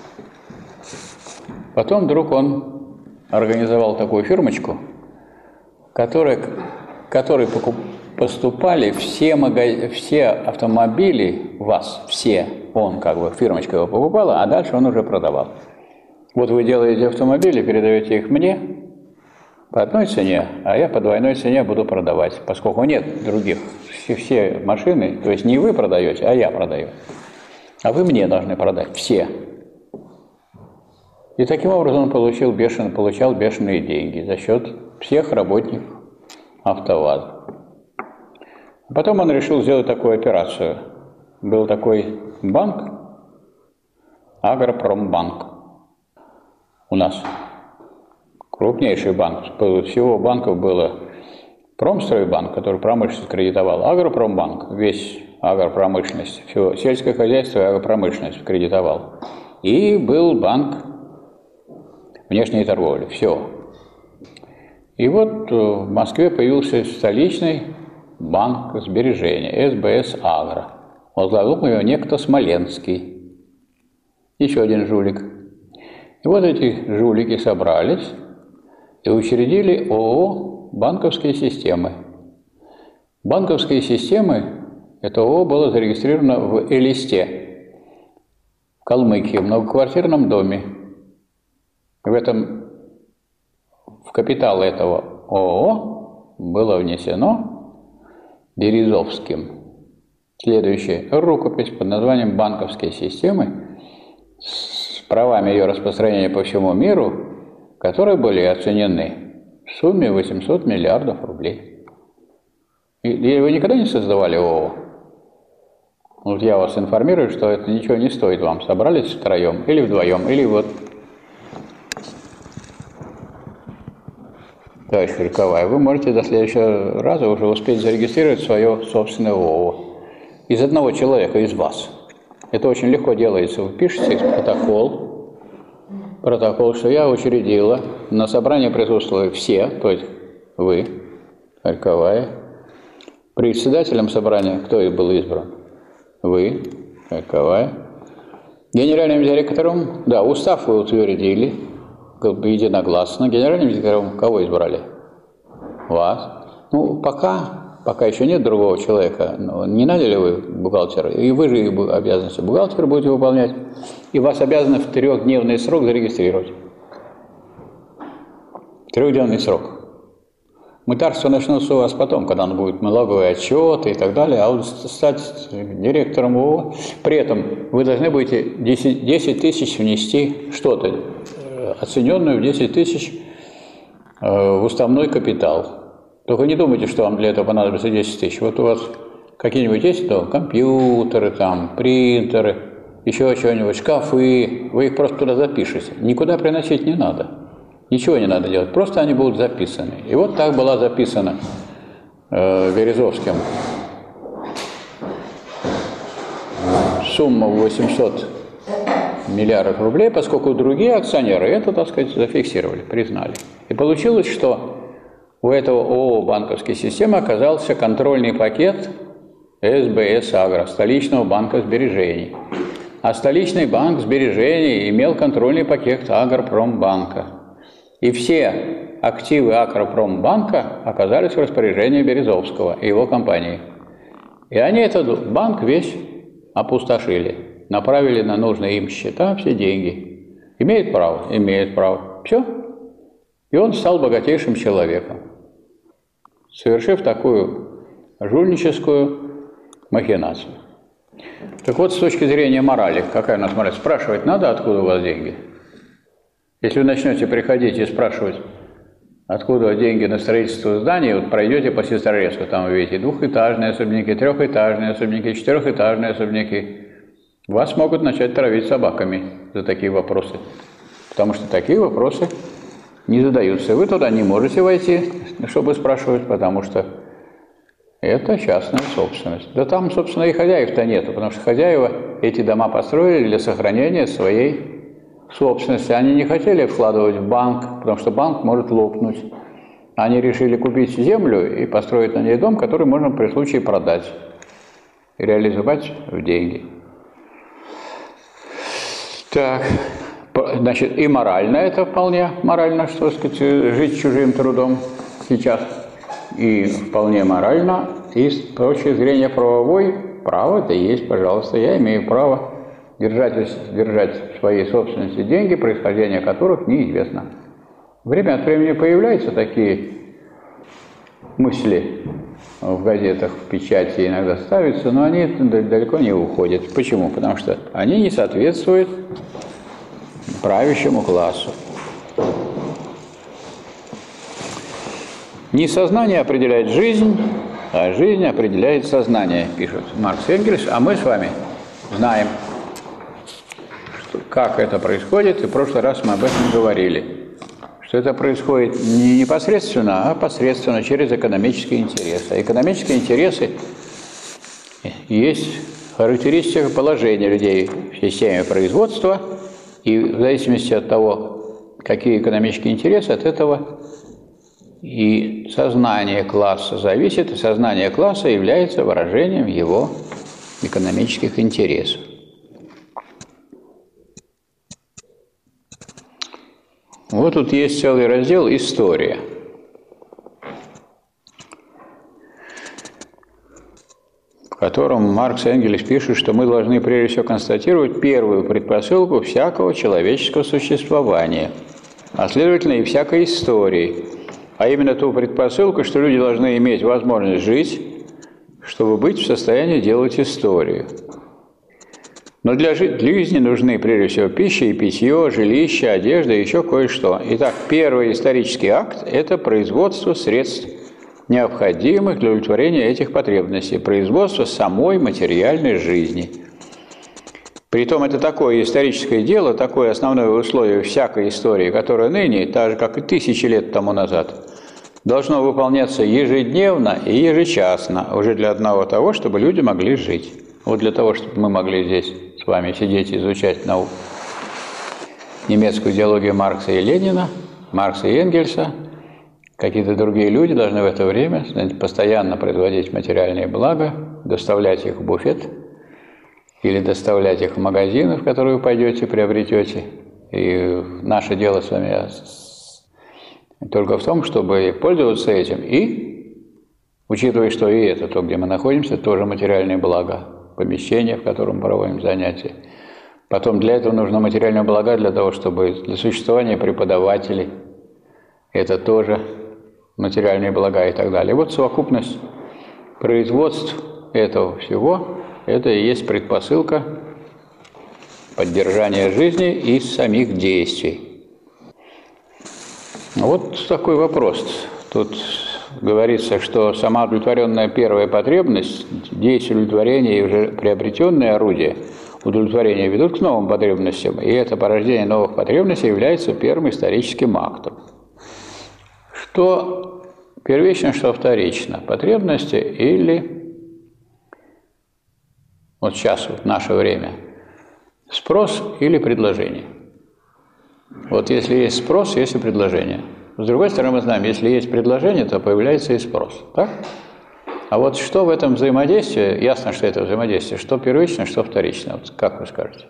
Потом вдруг он организовал такую фирмочку, которой, которой поступали все, магаз... все автомобили ВАЗ, все. Он, как бы, фирмочка его покупала, а дальше он уже продавал. Вот вы делаете автомобили, передаете их мне по одной цене, а я по двойной цене буду продавать, поскольку нет других. Все, все машины, то есть не вы продаете, а я продаю. А вы мне должны продать, все. И таким образом он получил бешен, получал бешеные деньги за счет всех работников АвтоВАЗа. Потом он решил сделать такую операцию. Был такой банк, Агропромбанк у нас. Крупнейший банк. Всего банков было Промстройбанк, который промышленность кредитовал, Агропромбанк, весь агропромышленность, все сельское хозяйство и агропромышленность кредитовал. И был банк внешней торговли, все. И вот в Москве появился столичный банк сбережения, СБС Агро. Возглавил его некто Смоленский, еще один жулик. И вот эти жулики собрались и учредили ООО «Банковские системы». Банковские системы, это ООО было зарегистрировано в Элисте, в Калмыкии, в многоквартирном доме. В этом, в капитал этого ООО было внесено Березовским следующая рукопись под названием «Банковские системы» с правами ее распространения по всему миру, которые были оценены в сумме восемьсот миллиардов рублей. И, и вы никогда не создавали ООО? Вот я вас информирую, что это ничего не стоит вам. Собрались втроем или вдвоем, или вот. Товарищ Харьковая, вы можете до следующего раза уже успеть зарегистрировать свое собственное ООО. Из одного человека, из вас. Это очень легко делается. Вы пишете протокол, протокол, что я учредила, на собрании присутствовали все, то есть вы, Харьковая. Председателем собрания кто и был избран? Вы, Харьковая. Генеральным директором, да, устав вы утвердили, единогласно. Генеральным директором кого избрали? Вас. Ну, пока, пока еще нет другого человека. Но не наняли вы бухгалтера, и вы же обязанности бухгалтера будете выполнять, и вас обязаны в трехдневный срок зарегистрировать. Трехдневный срок. Мытарство начнется у вас потом, когда он будет налоговые отчеты и так далее, а вот стать директором ООО, при этом вы должны будете десять тысяч внести что-то, оцененную в десять тысяч в уставной капитал. Только не думайте, что вам для этого понадобится десять тысяч. Вот у вас какие-нибудь есть, то компьютеры, там, принтеры, еще что-нибудь, шкафы, вы их просто туда запишете. Никуда приносить не надо. Ничего не надо делать, просто они будут записаны. И вот так была записана э, Березовским сумма восемьсот миллиардов рублей, поскольку другие акционеры это, так сказать, зафиксировали, признали. И получилось, что у этого ООО «Банковские системы» оказался контрольный пакет СБС Агро, столичного банка сбережений. А столичный банк сбережений имел контрольный пакет Агропромбанка. И все активы Агропромбанка оказались в распоряжении Березовского и его компании. И они этот банк весь опустошили, направили на нужные им счета все деньги. Имеет право? Имеет право. Все. И он стал богатейшим человеком, совершив такую жульническую махинацию. Так вот, с точки зрения морали, какая у нас мораль? Спрашивать надо, откуда у вас деньги? Если вы начнете приходить и спрашивать, Откуда деньги на строительство зданий? Вот пройдете по Сестрорецку, там вы видите двухэтажные особняки, трехэтажные особняки, четырехэтажные особняки. Вас могут начать травить собаками за такие вопросы. Потому что такие вопросы не задаются. Вы туда не можете войти, чтобы спрашивать, потому что это частная собственность. Да там, собственно, и хозяев-то нету, потому что хозяева эти дома построили для сохранения своей собственности. Они не хотели вкладывать в банк, потому что банк может лопнуть. Они решили купить землю и построить на ней дом, который можно при случае продать и реализовать в деньги. Так, значит, и морально это вполне морально, что сказать, жить чужим трудом сейчас. И вполне морально, и с точки зрения правовой, право это есть, пожалуйста, я имею право держать, держать в своей собственности деньги, происхождение которых неизвестно. Время от времени появляются такие мысли в газетах, в печати иногда ставятся, но они далеко не уходят. Почему? Потому что они не соответствуют правящему классу. Не сознание определяет жизнь, а жизнь определяет сознание, пишет Маркс и Энгельс, а мы с вами знаем, что, как это происходит, и в прошлый раз мы об этом говорили, что это происходит не непосредственно, а посредственно, через экономические интересы. А экономические интересы есть характеристика положения людей в системе производства, и в зависимости от того, какие экономические интересы, от этого и сознание класса зависит, и сознание класса является выражением его экономических интересов. Вот тут есть целый раздел «История». В котором Маркс и Энгельс пишут, что мы должны прежде всего констатировать первую предпосылку всякого человеческого существования, а следовательно и всякой истории, а именно ту предпосылку, что люди должны иметь возможность жить, чтобы быть в состоянии делать историю. Но для жизни нужны прежде всего пища и питье, жилище, одежда и еще кое-что. Итак, первый исторический акт – это производство средств, необходимых для удовлетворения этих потребностей, производство самой материальной жизни. Притом это такое историческое дело, такое основное условие всякой истории, которое ныне, так же, как и тысячи лет тому назад, должно выполняться ежедневно и ежечасно, уже для одного того, чтобы люди могли жить. Вот для того, чтобы мы могли здесь с вами сидеть и изучать науку, немецкую идеологию Маркса и Ленина, Маркса и Энгельса, какие-то другие люди должны в это время, знаете, постоянно производить материальные блага, доставлять их в буфет или доставлять их в магазины, в которые вы пойдете, приобретете. И наше дело с вами только в том, чтобы пользоваться этим и, учитывая, что и это, то, где мы находимся, тоже материальные блага, помещение, в котором мы проводим занятия. Потом для этого нужно материальные блага для того, чтобы для существования преподавателей, это тоже материальные блага и так далее. И вот совокупность производств этого всего, это и есть предпосылка поддержания жизни и самих действий. Вот такой вопрос. Тут говорится, что сама удовлетворенная первая потребность, действие удовлетворения и уже приобретенные орудия удовлетворения ведут к новым потребностям, и это порождение новых потребностей является первым историческим актом. Что первично, что вторично? Потребности или, вот сейчас, вот в наше время, спрос или предложение? Вот если есть спрос, есть и предложение. С другой стороны, мы знаем, если есть предложение, то появляется и спрос. Так? А вот что в этом взаимодействии, ясно, что это взаимодействие, что первично, что вторично. Вот как вы скажете?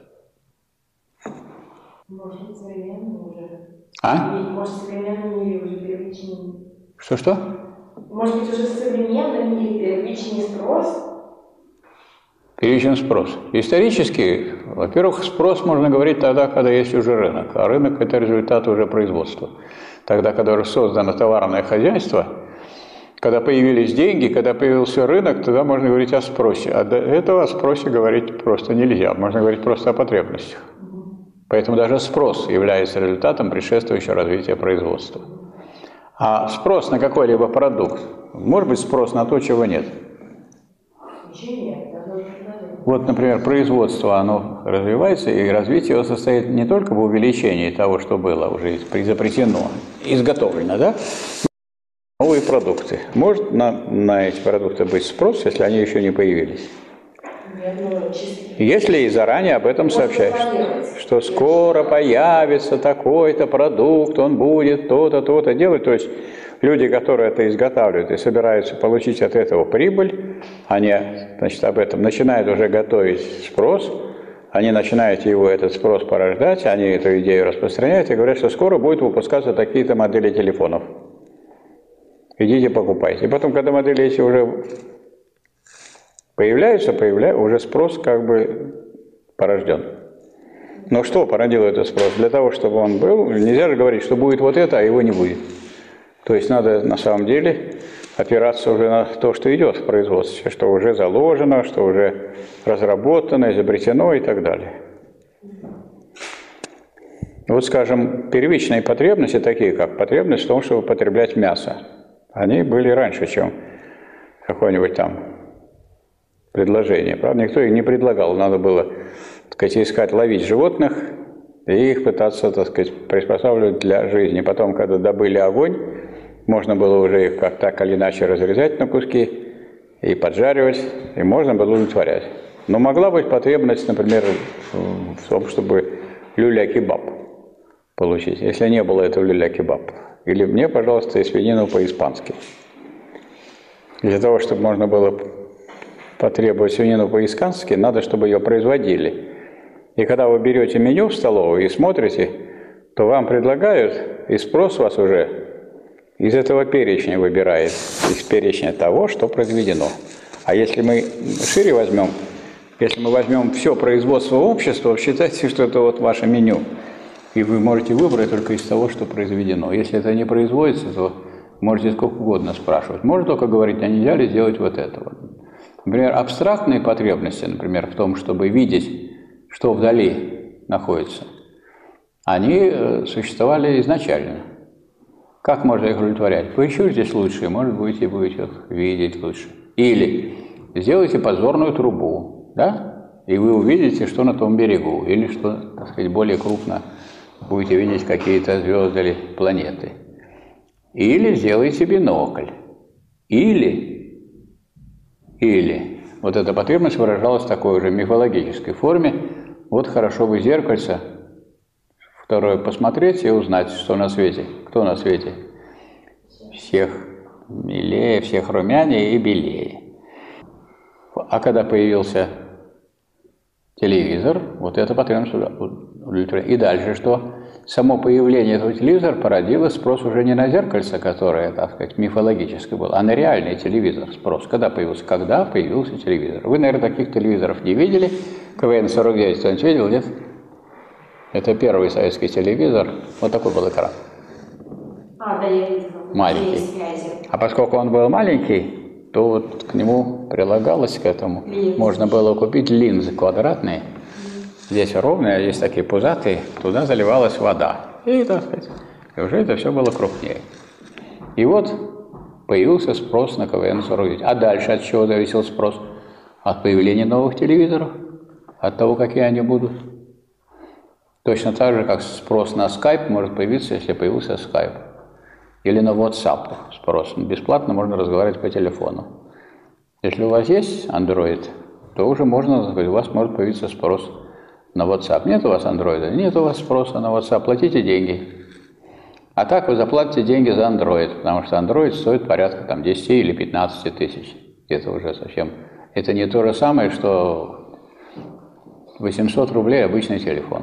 Может быть, современный уже. А? Может, в современном мире уже первичный. Что-что? Может быть, уже в современном мире первичный спрос? Первичный спрос. Исторически, во-первых, спрос можно говорить тогда, когда есть уже рынок, а рынок – это результат уже производства. Тогда, когда создано товарное хозяйство, когда появились деньги, когда появился рынок, тогда можно говорить о спросе. А до этого о спросе говорить просто нельзя, можно говорить просто о потребностях. Поэтому даже спрос является результатом предшествующего развития производства. А спрос на какой-либо продукт, может быть спрос на то, чего нет? Вот, например, производство, оно развивается, и развитие его состоит не только в увеличении того, что было уже изобретено, изготовлено, да? Новые продукты. Может на, на эти продукты быть спрос, если они еще не появились? Если и заранее об этом сообщаешь, что скоро появится такой-то продукт, он будет то-то, то-то делать, то есть люди, которые это изготавливают и собираются получить от этого прибыль, они, значит, об этом начинают уже готовить спрос, они начинают его, этот спрос порождать, они эту идею распространяют и говорят, что скоро будут выпускаться такие-то модели телефонов. Идите покупайте. И потом, когда модели эти уже появляются, появляются, уже спрос как бы порожден. Но что породило этот спрос? Для того, чтобы он был, нельзя же говорить, что будет вот это, а его не будет. То есть надо на самом деле опираться уже на то, что идет в производстве, что уже заложено, что уже разработано, изобретено и так далее. Вот, скажем, первичные потребности, такие как потребность в том, чтобы потреблять мясо, они были раньше, чем какое-нибудь там предложение. Правда, никто их не предлагал, надо было, так сказать, искать, ловить животных и их пытаться, так сказать, приспосабливать для жизни. Потом, когда добыли огонь, можно было уже их как так или иначе разрезать на куски и поджаривать, и можно было удовлетворять. Но могла быть потребность, например, в том, чтобы люля-кебаб получить, если не было этого люля-кебаб. Или мне, пожалуйста, свинину по-испански. Для того, чтобы можно было потребовать свинину по-испански, надо, чтобы ее производили. И когда вы берете меню в столовую и смотрите, то вам предлагают, и спрос вас уже из этого перечня выбирает, из перечня того, что произведено. А если мы шире возьмем, если мы возьмем все производство общества, считайте, что это вот ваше меню. И вы можете выбрать только из того, что произведено. Если это не производится, то можете сколько угодно спрашивать. Можно только говорить, а нельзя ли сделать вот это вот. Например, абстрактные потребности, например, в том, чтобы видеть, что вдали находится, они существовали изначально. Как можно их удовлетворять? Поищите лучше, может быть, и будете видеть лучше. Или сделайте подзорную трубу, да? И вы увидите, что на том берегу, или что, так сказать, более крупно будете видеть какие-то звезды или планеты. Или сделайте бинокль. Или, или, вот эта потребность выражалась в такой уже мифологической форме. Вот хорошо бы зеркальце, второе посмотреть и узнать, что на свете, кто на свете. Всех милее, всех румянее и белее. А когда появился телевизор, вот это потребность удовлетворена. И дальше что? Само появление этого телевизора породило спрос уже не на зеркальце, которое, так сказать, мифологическое было, а на реальный телевизор спрос. Когда появился? Когда появился телевизор? Вы, наверное, таких телевизоров не видели. КВН сорок девять кто-нибудь видел, нет? Это первый советский телевизор. Вот такой был экран. А, да, я видела. Маленький. А поскольку он был маленький, то вот к нему прилагалось, к этому, линзы. Можно было купить линзы квадратные. Здесь ровные, а есть такие пузатые, туда заливалась вода. И, так сказать, и уже это все было крупнее. И вот появился спрос на КВН сорок девять. А дальше от чего зависел спрос? От появления новых телевизоров, от того, какие они будут. Точно так же, как спрос на скайп может появиться, если появился скайп. Или на WhatsApp спрос. Бесплатно можно разговаривать по телефону. Если у вас есть Android, то уже можно, у вас может появиться спрос на WhatsApp. Нет у вас Android, нет у вас спроса на WhatsApp, платите деньги. А так вы заплатите деньги за Android, потому что Android стоит порядка там, десять или пятнадцать тысяч. Это уже совсем... Это не то же самое, что восемьсот рублей обычный телефон.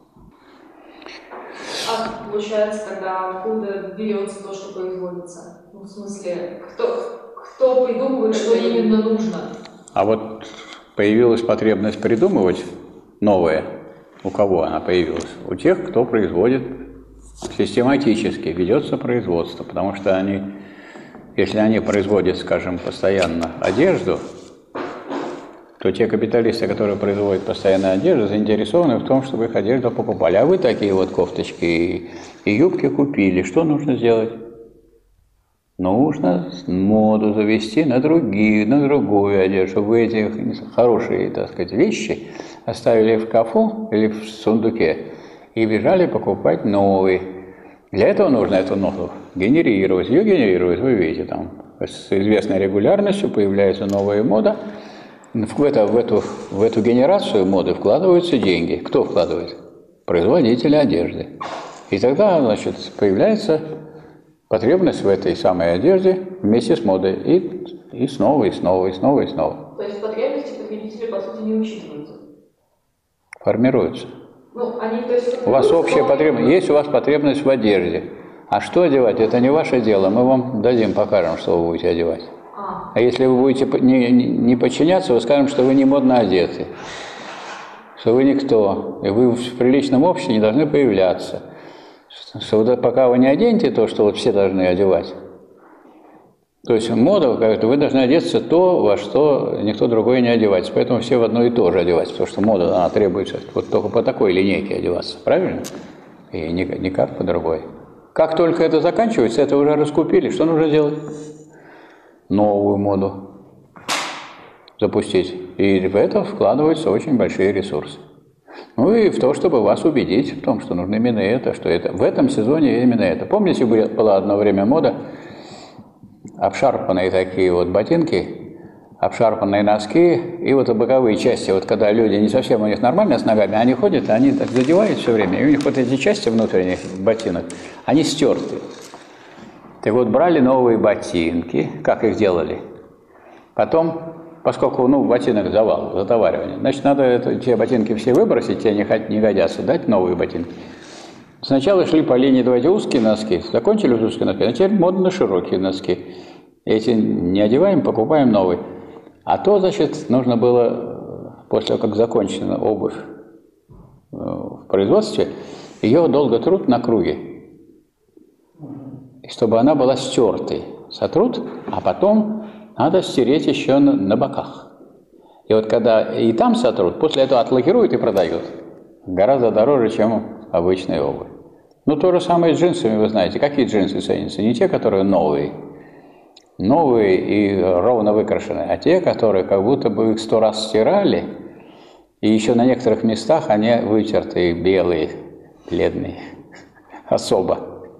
А получается, тогда откуда берется то, что производится? Ну, в смысле, кто, кто придумывает, что именно нужно? А вот появилась потребность придумывать новое. У кого она появилась? У тех, кто производит систематически, ведется производство. Потому что они, если они производят, скажем, постоянно одежду, то те капиталисты, которые производят постоянно одежду, заинтересованы в том, чтобы их одежду покупали. А вы такие вот кофточки и, и юбки купили. Что нужно сделать? Нужно моду завести на другие, на другую одежду, чтобы вы эти хорошие, так сказать, вещи оставили в шкафу или в сундуке и бежали покупать новые. Для этого нужно эту ноду генерировать. Ее генерируют, вы видите, там с известной регулярностью появляется новая мода. В, это, в, эту, в эту генерацию моды вкладываются деньги. Кто вкладывает? Производители одежды. И тогда, значит, появляется потребность в этой самой одежде вместе с модой. И, и снова, и снова, и снова, и снова. То есть потребности потребителей, по сути, не учитываются? Формируются. Ну, они, то есть, у вас общая потребность, есть у вас потребность в одежде. А что одевать, это не ваше дело. Мы вам дадим, покажем, что вы будете одевать. А, а если вы будете не, не подчиняться, мы скажем, что вы не модно одеты. Что вы никто. И вы в приличном обществе не должны появляться. Что вот пока вы не оденете то, что вот все должны одевать. То есть мода, вы должны одеться то, во что никто другой не одевается. Поэтому все в одно и то же одеваться. Потому что мода, она требуется вот только по такой линейке одеваться. Правильно? И никак по другой. Как только это заканчивается, это уже раскупили. Что нужно делать? Новую моду запустить. И в это вкладываются очень большие ресурсы. Ну и в то, чтобы вас убедить в том, что нужно именно это, что это. В этом сезоне именно это. Помните, была одно время мода, обшарпанные такие вот ботинки, обшарпанные носки, и вот боковые части, вот когда люди не совсем у них нормально с ногами, они ходят, они так задевают все время, и у них вот эти части внутренних ботинок, они стерты. Так вот, брали новые ботинки, как их делали. Потом, поскольку, ну, ботинок завал, затоваривание, значит, надо это, те ботинки все выбросить, те не, не годятся, дать новые ботинки. Сначала шли по линии, давайте узкие носки, закончили узкие носки, а теперь модно широкие носки. Эти не одеваем, покупаем новые. А то, значит, нужно было, после того, как закончена обувь в производстве, ее долго трут на круге, чтобы она была стертой. Сотрут, а потом надо стереть еще на, на боках. И вот когда и там сотрут, после этого отлакируют и продают. Гораздо дороже, чем обычная обувь. Ну, то же самое с джинсами, вы знаете. Какие джинсы ценятся? Не те, которые новые, новые и ровно выкрашенные, а те, которые как будто бы их сто раз стирали, и еще на некоторых местах они вытертые, белые, бледные, особо.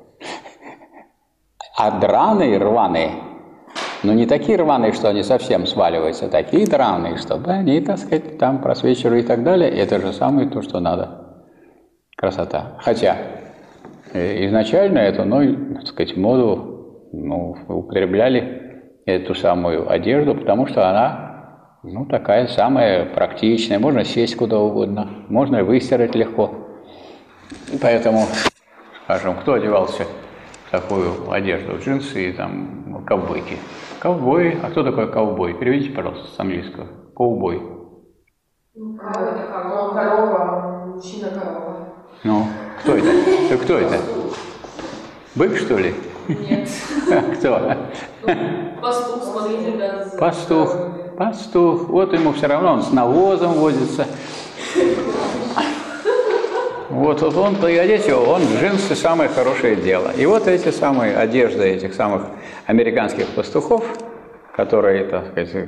А драные, рваные, но не такие рваные, что они совсем сваливаются, такие драные, чтобы они, так сказать, там просвечивали и так далее. Это же самое то, что надо. Красота. Хотя изначально эту, ну, так сказать, моду, ну, употребляли эту самую одежду, потому что она, ну, такая самая практичная. Можно сесть куда угодно, можно выстирать легко. Поэтому, скажем, кто одевался в такую одежду, джинсы и там ковбойки? Ковбой. А кто такой ковбой? Переведите, пожалуйста, с английского. Ковбой. Ну, корова, корова, мужчина-корова. Ну, кто это? Да кто это? Бык, что ли? Нет. Кто? Ну, пастух, смотритель, да. Пастух. Пастух. Вот ему все равно, он с навозом возится. Вот, вот он, пригодите, он джинсы самое хорошее дело. И вот эти самые одежды этих самых американских пастухов, которые, так сказать,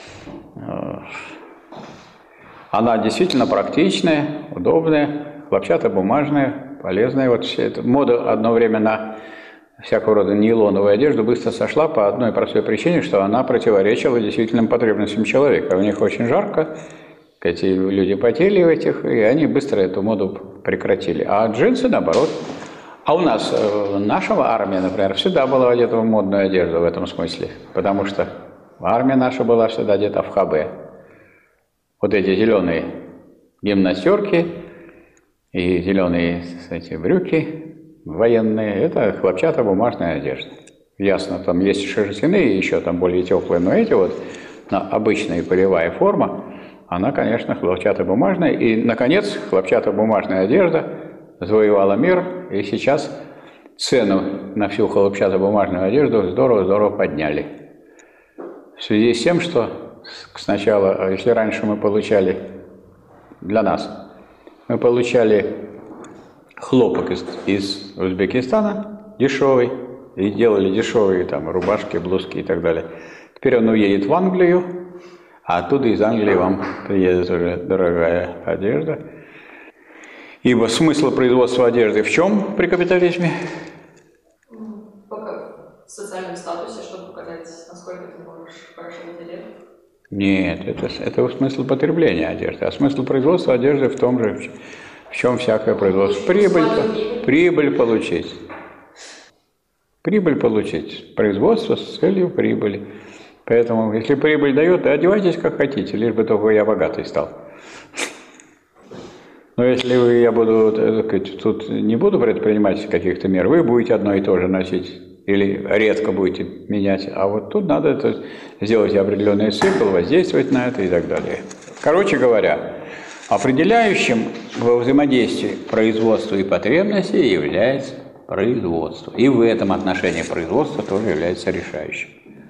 она действительно практичная, удобная, хлопчатобумажная, полезная. Вот все это. Мода одно время на всякого рода нейлоновую одежду быстро сошла по одной простой причине, что она противоречила действительным потребностям человека. У них очень жарко, эти люди потели в этих, и они быстро эту моду прекратили. А джинсы, наоборот. А у нас, наша армия, например, всегда была одета в модную одежду в этом смысле, потому что армия наша была всегда одета в ХБ. Вот эти зеленые гимнастерки и зеленые, кстати, брюки военные, это хлопчатобумажная одежда. Ясно, там есть шерстяные, еще там более теплые, но эти вот, обычная полевая форма, она, конечно, хлопчатобумажная. И, наконец, хлопчатобумажная одежда завоевала мир, и сейчас цену на всю хлопчатобумажную одежду здорово-здорово подняли. В связи с тем, что сначала, если раньше мы получали для нас, мы получали хлопок из, из Узбекистана, дешевый, и делали дешевые там рубашки, блузки и так далее. Теперь он уедет в Англию, а оттуда из Англии вам приедет уже дорогая одежда. Ибо смысл производства одежды в чем при капитализме? В социальном статусе, чтобы показать, насколько ты можешь хорошо материально. Нет, это, это смысл потребления одежды. А смысл производства одежды в том же, в чем всякое производство. Прибыль, прибыль получить. Прибыль получить. Производство с целью прибыли. Поэтому, если прибыль дает, да одевайтесь как хотите, лишь бы только я богатый стал. Но если вы, я буду, так сказать, тут не буду предпринимать каких-то мер, вы будете одно и то же носить. Или редко будете менять. А вот тут надо это сделать определенный цикл, воздействовать на это и так далее. Короче говоря, определяющим во взаимодействии производства и потребности является производство. И в этом отношении производство тоже является решающим.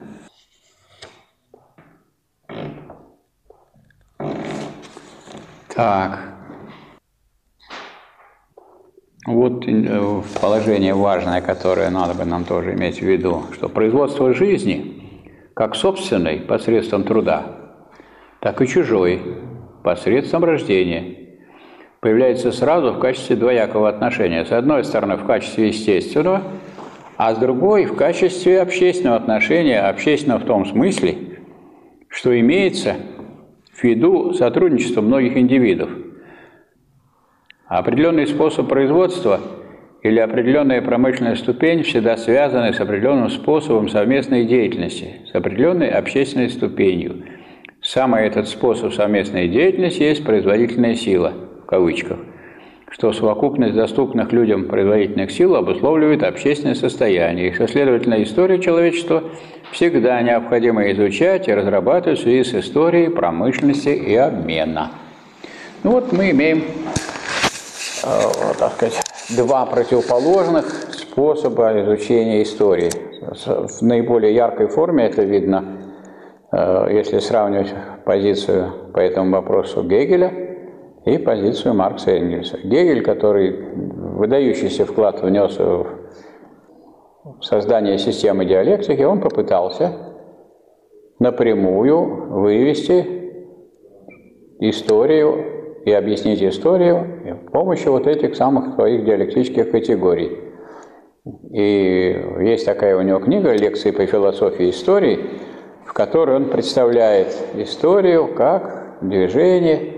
Так. Вот положение важное, которое надо бы нам тоже иметь в виду, что производство жизни, как собственной посредством труда, так и чужой посредством рождения, появляется сразу в качестве двоякого отношения. С одной стороны, в качестве естественного, а с другой в качестве общественного отношения, общественного в том смысле, что имеется в виду сотрудничество многих индивидов. Определенный способ производства или определенная промышленная ступень всегда связаны с определенным способом совместной деятельности, с определенной общественной ступенью. Самый этот способ совместной деятельности есть производительная сила, в кавычках, что совокупность доступных людям производительных сил обусловливает общественное состояние. И, следовательно, историю человечества всегда необходимо изучать и разрабатывать в связи с историей промышленности и обмена. Ну вот мы имеем, э, так сказать, два противоположных способа изучения истории. В наиболее яркой форме это видно, э, если сравнивать позицию по этому вопросу Гегеля и позицию Маркса и Энгельса. Гегель, который выдающийся вклад внес в создание системы диалектики, он попытался напрямую вывести историю и объяснить историю с помощью вот этих самых своих диалектических категорий. И есть такая у него книга «Лекции по философии истории», в которой он представляет историю как движение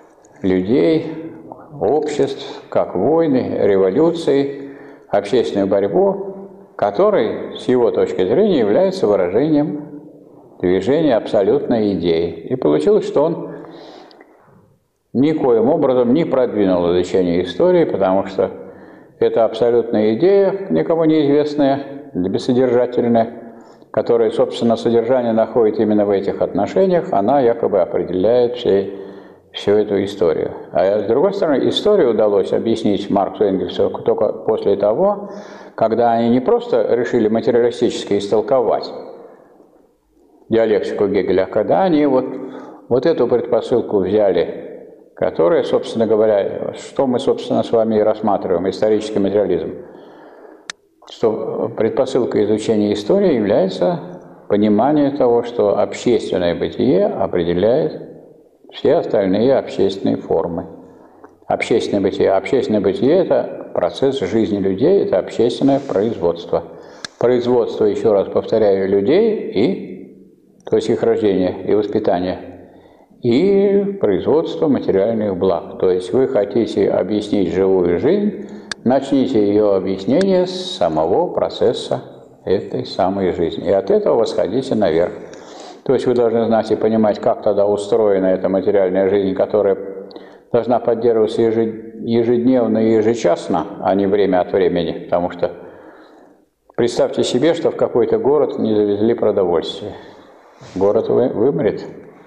людей, обществ, как войны, революции, общественную борьбу, который, с его точки зрения, является выражением движения абсолютной идеи. И получилось, что он никоим образом не продвинул изучение истории, потому что эта абсолютная идея, никому неизвестная, бессодержательная, которая, собственно, содержание находит именно в этих отношениях, она якобы определяет все всю эту историю. А с другой стороны, историю удалось объяснить Марксу и Энгельсу только после того, когда они не просто решили материалистически истолковать диалектику Гегеля, а когда они вот, вот эту предпосылку взяли, которая, собственно говоря, что мы, собственно, с вами и рассматриваем, исторический материализм, что предпосылкой изучения истории является понимание того, что общественное бытие определяет все остальные общественные формы. Общественное бытие. Общественное бытие – это процесс жизни людей, это общественное производство. Производство, еще раз повторяю, людей, и, то есть их рождение и воспитание, и производство материальных благ. То есть вы хотите объяснить живую жизнь, начните ее объяснение с самого процесса этой самой жизни. И от этого восходите наверх. То есть вы должны знать и понимать, как тогда устроена эта материальная жизнь, которая должна поддерживаться ежедневно и ежечасно, а не время от времени. Потому что представьте себе, что в какой-то город не завезли продовольствие. Город вы, вымрет.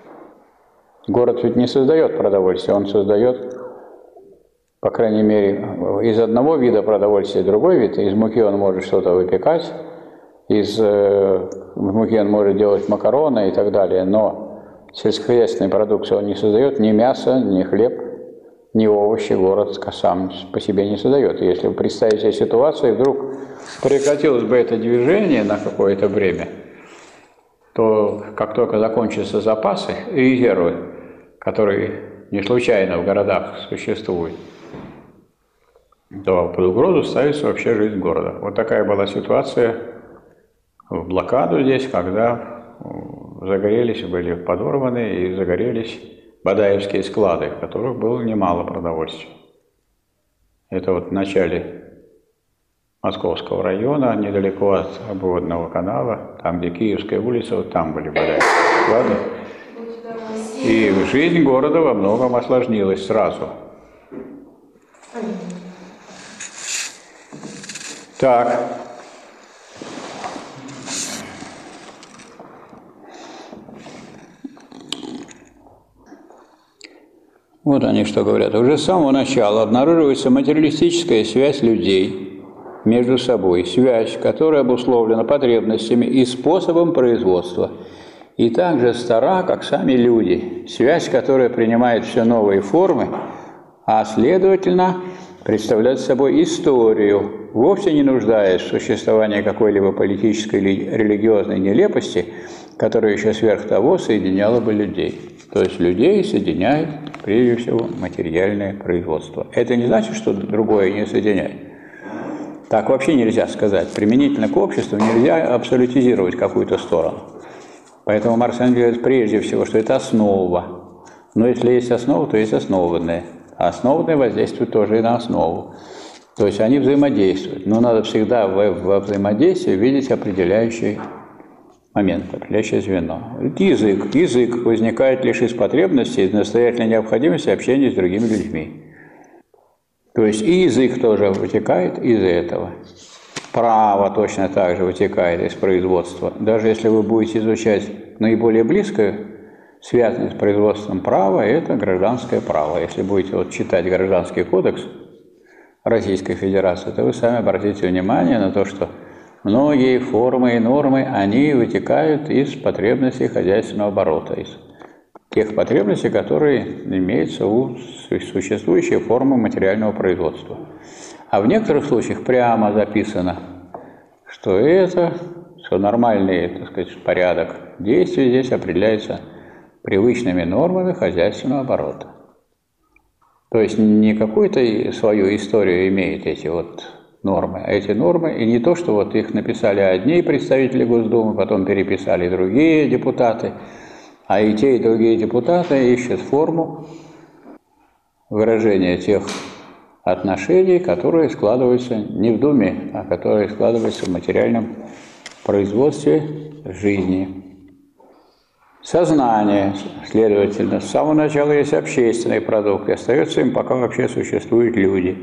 Город ведь не создает продовольствие, он создает, по крайней мере, из одного вида продовольствия другой вид. Из муки он может что-то выпекать, из э, муки он может делать макароны и так далее, но сельскохозяйственной продукции он не создает ни мясо, ни хлеб, ни овощи, город сам по себе не создает. И если вы представите себе ситуацию, и вдруг прекратилось бы это движение на какое-то время, то как только закончатся запасы и резервы, которые не случайно в городах существуют, то под угрозу ставится вообще жизнь города. Вот такая была ситуация в блокаду здесь, когда загорелись, были подорваны и загорелись бадаевские склады, в которых было немало продовольствия. Это вот в начале Московского района, недалеко от обводного канала, там, где Киевская улица, вот там были бадаевские склады. И жизнь города во многом осложнилась сразу. Так. Вот они что говорят. Уже с самого начала обнаруживается материалистическая связь людей между собой. Связь, которая обусловлена потребностями и способом производства. И также стара, как сами люди. Связь, которая принимает все новые формы, а следовательно представляет собой историю, вовсе не нуждаясь в существовании какой-либо политической или религиозной нелепости, которая еще сверх того соединяла бы людей. То есть людей соединяет, прежде всего, материальное производство. Это не значит, что другое не соединяет. Так вообще нельзя сказать. Применительно к обществу нельзя абсолютизировать какую-то сторону. Поэтому Маркс говорит прежде всего, что это основа. Но если есть основа, то есть основанное. А основанное воздействует тоже и на основу. То есть они взаимодействуют. Но надо всегда во взаимодействии видеть определяющий момент, определяющее звено. Язык. Язык возникает лишь из потребности, из настоятельной необходимости общения с другими людьми. То есть и язык тоже вытекает из этого. Право точно так же вытекает из производства. Даже если вы будете изучать наиболее близкое, связанное с производством права, это гражданское право. Если будете вот читать Гражданский кодекс Российской Федерации, то вы сами обратите внимание на то, что многие формы и нормы, они вытекают из потребностей хозяйственного оборота, из тех потребностей, которые имеются у существующей формы материального производства. А в некоторых случаях прямо записано, что это, что нормальный, так сказать, порядок действий здесь определяется привычными нормами хозяйственного оборота. То есть не какую-то свою историю имеют эти вот нормы, а эти нормы, и не то, что вот их написали одни представители Госдумы, потом переписали другие депутаты, а и те, и другие депутаты ищут форму выражения тех отношений, которые складываются не в Думе, а которые складываются в материальном производстве жизни. Сознание, следовательно, с самого начала есть общественный продукт, и остается им, пока вообще существуют люди.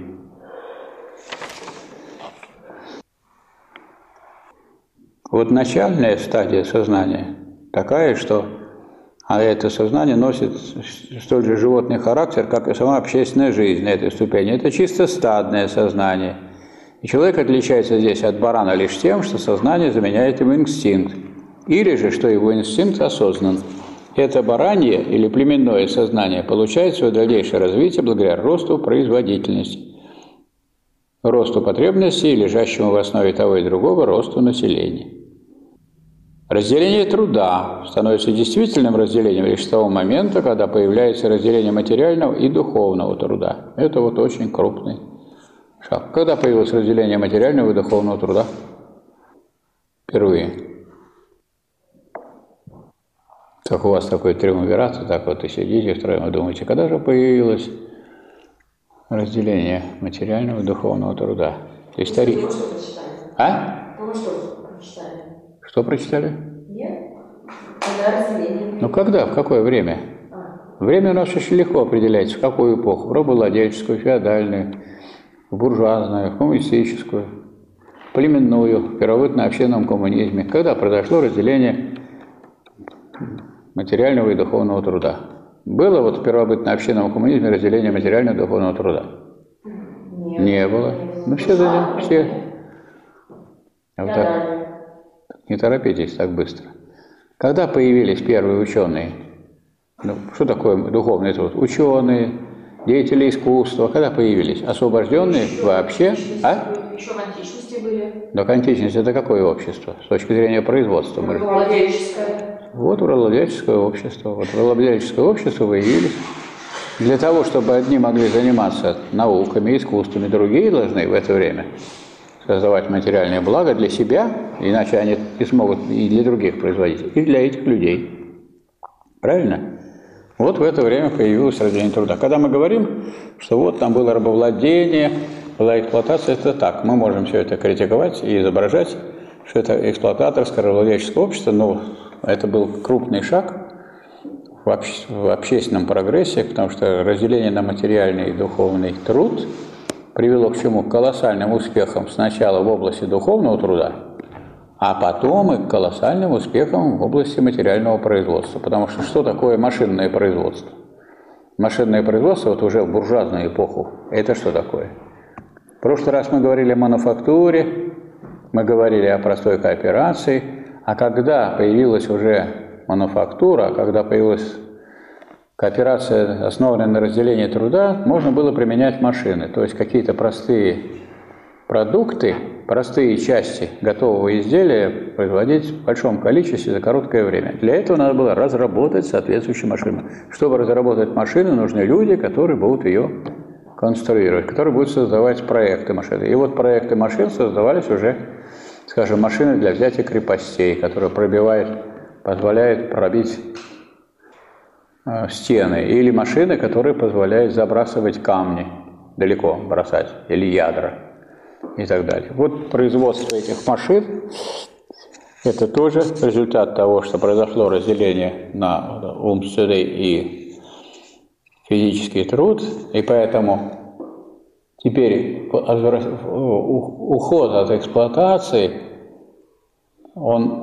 Вот начальная стадия сознания такая, что а это сознание носит столь же животный характер, как и сама общественная жизнь на этой ступени. Это чисто стадное сознание. И человек отличается здесь от барана лишь тем, что сознание заменяет ему инстинкт. Или же, что его инстинкт осознан. Это баранье или племенное сознание получает свое дальнейшее развитие благодаря росту производительности, росту потребностей, лежащему в основе того и другого росту населения. Разделение труда становится действительным разделением лишь с того момента, когда появляется разделение материального и духовного труда. Это вот очень крупный шаг. Когда появилось разделение материального и духовного труда? Впервые. Как у вас такой триумвират, так вот и сидите втроем и думаете, когда же появилось разделение материального и духовного труда? Исторически. А? Что прочитали? Нет. Когда разделение. Ну когда? В какое время? А. Время у нас очень легко определяется. В какую эпоху? В рабовладельческую, феодальную, в буржуазную, в коммунистическую, в племенную, в первобытно-общинном коммунизме. Когда произошло разделение материального и духовного труда? Было вот в первобытно-общинном коммунизме разделение материального и духовного труда? Нет. Не было. Ну все, да, все. А вот так. Не торопитесь так быстро. Когда появились первые ученые? Ну, что такое духовный труд? Ученые, деятели искусства. Когда появились? Освобожденные еще, вообще? Еще, а? еще в античности античности были. Так античность – это какое общество? С точки зрения производства. Мы... Владельческое. Вот рабовладельческое общество. Вот рабовладельческое общество появились. Для того, чтобы одни могли заниматься науками, искусствами, другие должны в это время создавать материальное благо для себя, иначе они не смогут и для других производить, и для этих людей. Правильно? Вот в это время появилось разделение труда. Когда мы говорим, что вот там было рабовладение, была эксплуатация, это так. Мы можем все это критиковать и изображать, что это эксплуататорское рабовладельческое общество, но это был крупный шаг в, обще, в общественном прогрессе, потому что разделение на материальный и духовный труд привело к чему? К колоссальным успехам сначала в области духовного труда, а потом и к колоссальным успехам в области материального производства. Потому что что такое машинное производство? Машинное производство вот уже в буржуазную эпоху, это что такое? В прошлый раз мы говорили о мануфактуре, мы говорили о простой кооперации, а когда появилась уже мануфактура, когда появилась кооперация, основанная на разделении труда, можно было применять машины, то есть какие-то простые продукты, простые части готового изделия производить в большом количестве за короткое время. Для этого надо было разработать соответствующую машину. Чтобы разработать машину, нужны люди, которые будут ее конструировать, которые будут создавать проекты машины. И вот проекты машин создавались уже, скажем, машины для взятия крепостей, которые пробивают, позволяют пробить э, стены, или машины, которые позволяют забрасывать камни, далеко бросать, или ядра и так далее. Вот производство этих машин – это тоже результат того, что произошло разделение на умственный и физический труд, и поэтому теперь уход от эксплуатации, он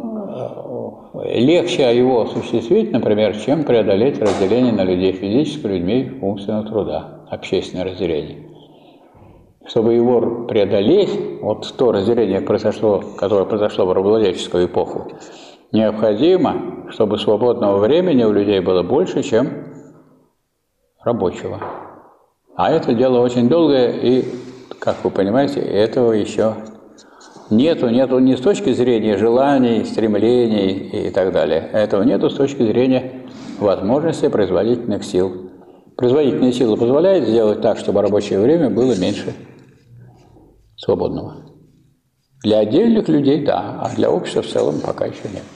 легче его осуществить, например, чем преодолеть разделение на людей физического, людьми умственного труда, общественное разделение. Чтобы его преодолеть, вот то разделение произошло, которое произошло в рабовладельческую эпоху, необходимо, чтобы свободного времени у людей было больше, чем рабочего. А это дело очень долгое, и, как вы понимаете, этого еще нету, нету не с точки зрения желаний, стремлений и так далее. Этого нету с точки зрения возможности производительных сил. Производительные силы позволяют сделать так, чтобы рабочее время было меньше свободного. Для отдельных людей – да, а для общества в целом пока еще нет.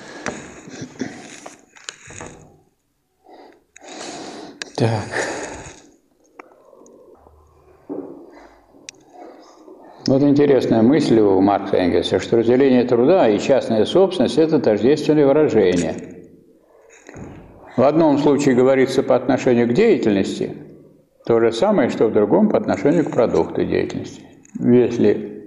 Так. Вот интересная мысль у Маркса и Энгельса, что разделение труда и частная собственность – это тождественные выражения. В одном случае говорится по отношению к деятельности то же самое, что в другом по отношению к продукту деятельности. Если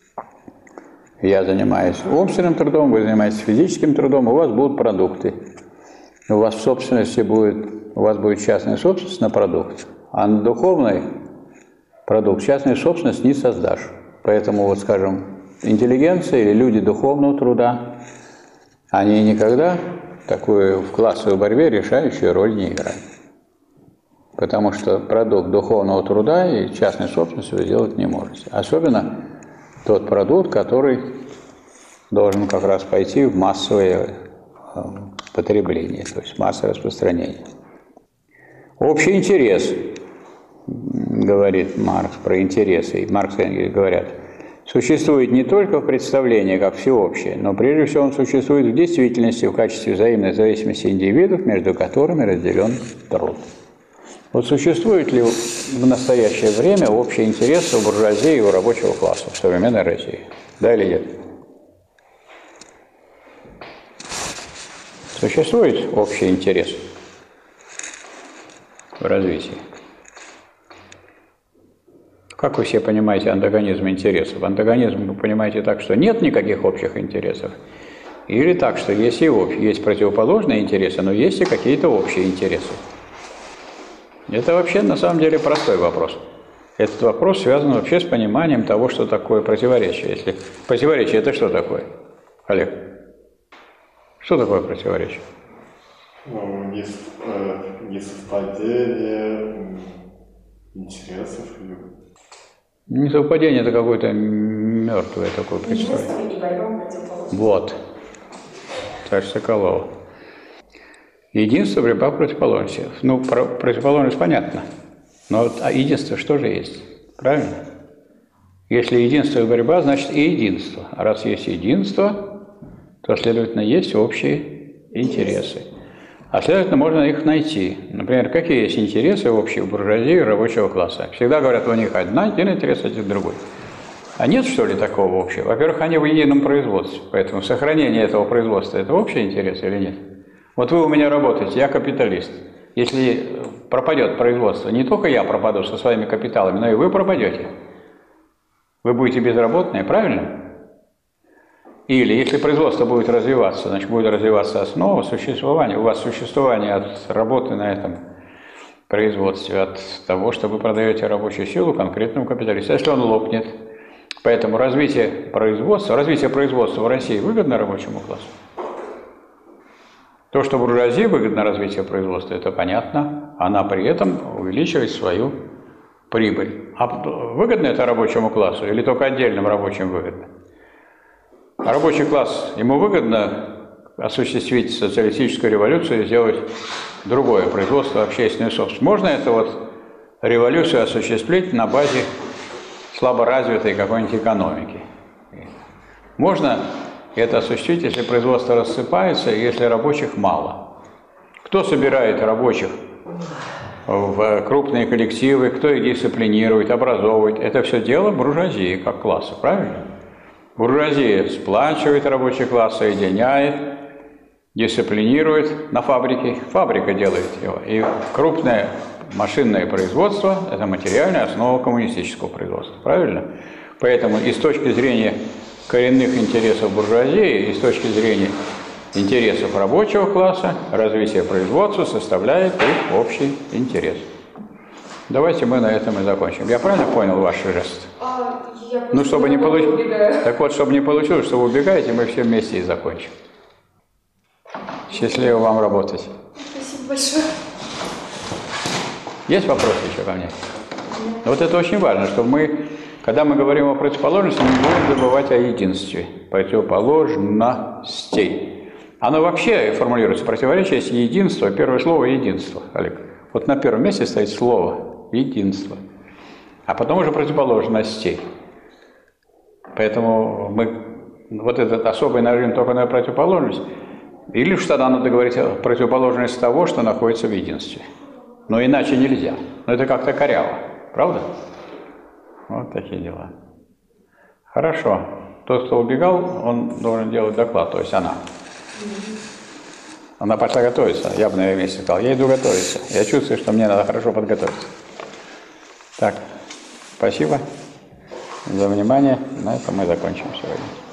я занимаюсь умственным трудом, вы занимаетесь физическим трудом, у вас будут продукты. У вас в собственности будет, у вас будет частная собственность на продукт, а на духовный продукт частную собственность не создашь. Поэтому, вот, скажем, интеллигенция или люди духовного труда, они никогда такую в классовой борьбе решающую роль не играют. Потому что продукт духовного труда и частной собственности вы сделать не можете. Особенно тот продукт, который должен как раз пойти в массовое потребление, то есть массовое распространение. Общий интерес, говорит Маркс про интересы, и Маркс и Энгельс говорят, существует не только в представлении как всеобщее, но прежде всего он существует в действительности в качестве взаимной зависимости индивидов, между которыми разделен труд. Вот существует ли в настоящее время общий интерес у буржуазии и у рабочего класса в современной России? Да или нет? Существует общий интерес в развитии? Как вы себе понимаете антагонизм интересов? Антагонизм вы понимаете так, что нет никаких общих интересов? Или так, что есть и общие, есть противоположные интересы, но есть и какие-то общие интересы? Это вообще на самом деле простой вопрос. Этот вопрос связан вообще с пониманием того, что такое противоречие. Если противоречие – это что такое, Олег? Что такое противоречие? Ну, несовпадение интересов. Несовпадение – это какой-то мертвое такое представление. Единство и борьба противоположностей. Вот. Царь Соколов. Единство, борьба противоположности. Ну, про противоположность понятно. Но вот, а единство что же есть? Правильно? Если единство и борьба, значит и единство. А раз есть единство, то, следовательно, есть общие интересы. А следовательно, можно их найти. Например, какие есть интересы общие у буржуазии и рабочего класса? Всегда говорят, у них одна, один интерес, один другой. А нет, что ли, такого общего? Во-первых, они в едином производстве, поэтому сохранение этого производства – это общий интерес или нет? Вот вы у меня работаете, я капиталист. Если пропадет производство, не только я пропаду со своими капиталами, но и вы пропадете. Вы будете безработные, правильно? Или если производство будет развиваться, значит, будет развиваться основа существования. У вас существование от работы на этом производстве, от того, что вы продаете рабочую силу конкретному капиталисту. Если он лопнет, поэтому развитие производства, развитие производства в России выгодно рабочему классу. То, что буржуазии выгодно развитие производства, это понятно. Она при этом увеличивает свою прибыль. А выгодно это рабочему классу или только отдельным рабочим выгодно? А рабочий класс, ему выгодно осуществить социалистическую революцию и сделать другое производство, общественную собственность. Можно это вот революцию осуществить на базе слаборазвитой какой-нибудь экономики. Можно это осуществить, если производство рассыпается и если рабочих мало. Кто собирает рабочих в крупные коллективы, кто их дисциплинирует, образовывает? Это все дело буржуазии как класса, правильно? Буржуазия сплачивает рабочий класс, соединяет, дисциплинирует на фабрике. Фабрика делает его. И крупное машинное производство – это материальная основа коммунистического производства. Правильно? Поэтому и с точки зрения коренных интересов буржуазии, и с точки зрения интересов рабочего класса, развитие производства составляет их общий интерес. Давайте мы на этом и закончим. Я правильно понял ваш жест? А, я Ну, чтобы не получилось. убегаю. Так вот, чтобы не получилось, что вы убегаете, мы все вместе и закончим. Счастливо вам работать. Спасибо большое. Есть вопросы еще ко мне? Вот это очень важно, чтобы мы, когда мы говорим о противоположности, не будем забывать о единстве. Противоположностей. Оно вообще формулируется противоречие, есть единство, первое слово единство, Олег. Вот на первом месте стоит слово единство, а потом уже противоположностей. Поэтому мы вот этот особый нажим только на противоположность, или уж тогда надо говорить о противоположности того, что находится в единстве. Но иначе нельзя. Но это как-то коряво, правда? Вот такие дела. Хорошо. Тот, кто убегал, он должен делать доклад, то есть она. Она пошла готовиться. Я бы на ее месте сказал, я иду готовиться. Я чувствую, что мне надо хорошо подготовиться. Так, спасибо за внимание. На этом мы закончим сегодня.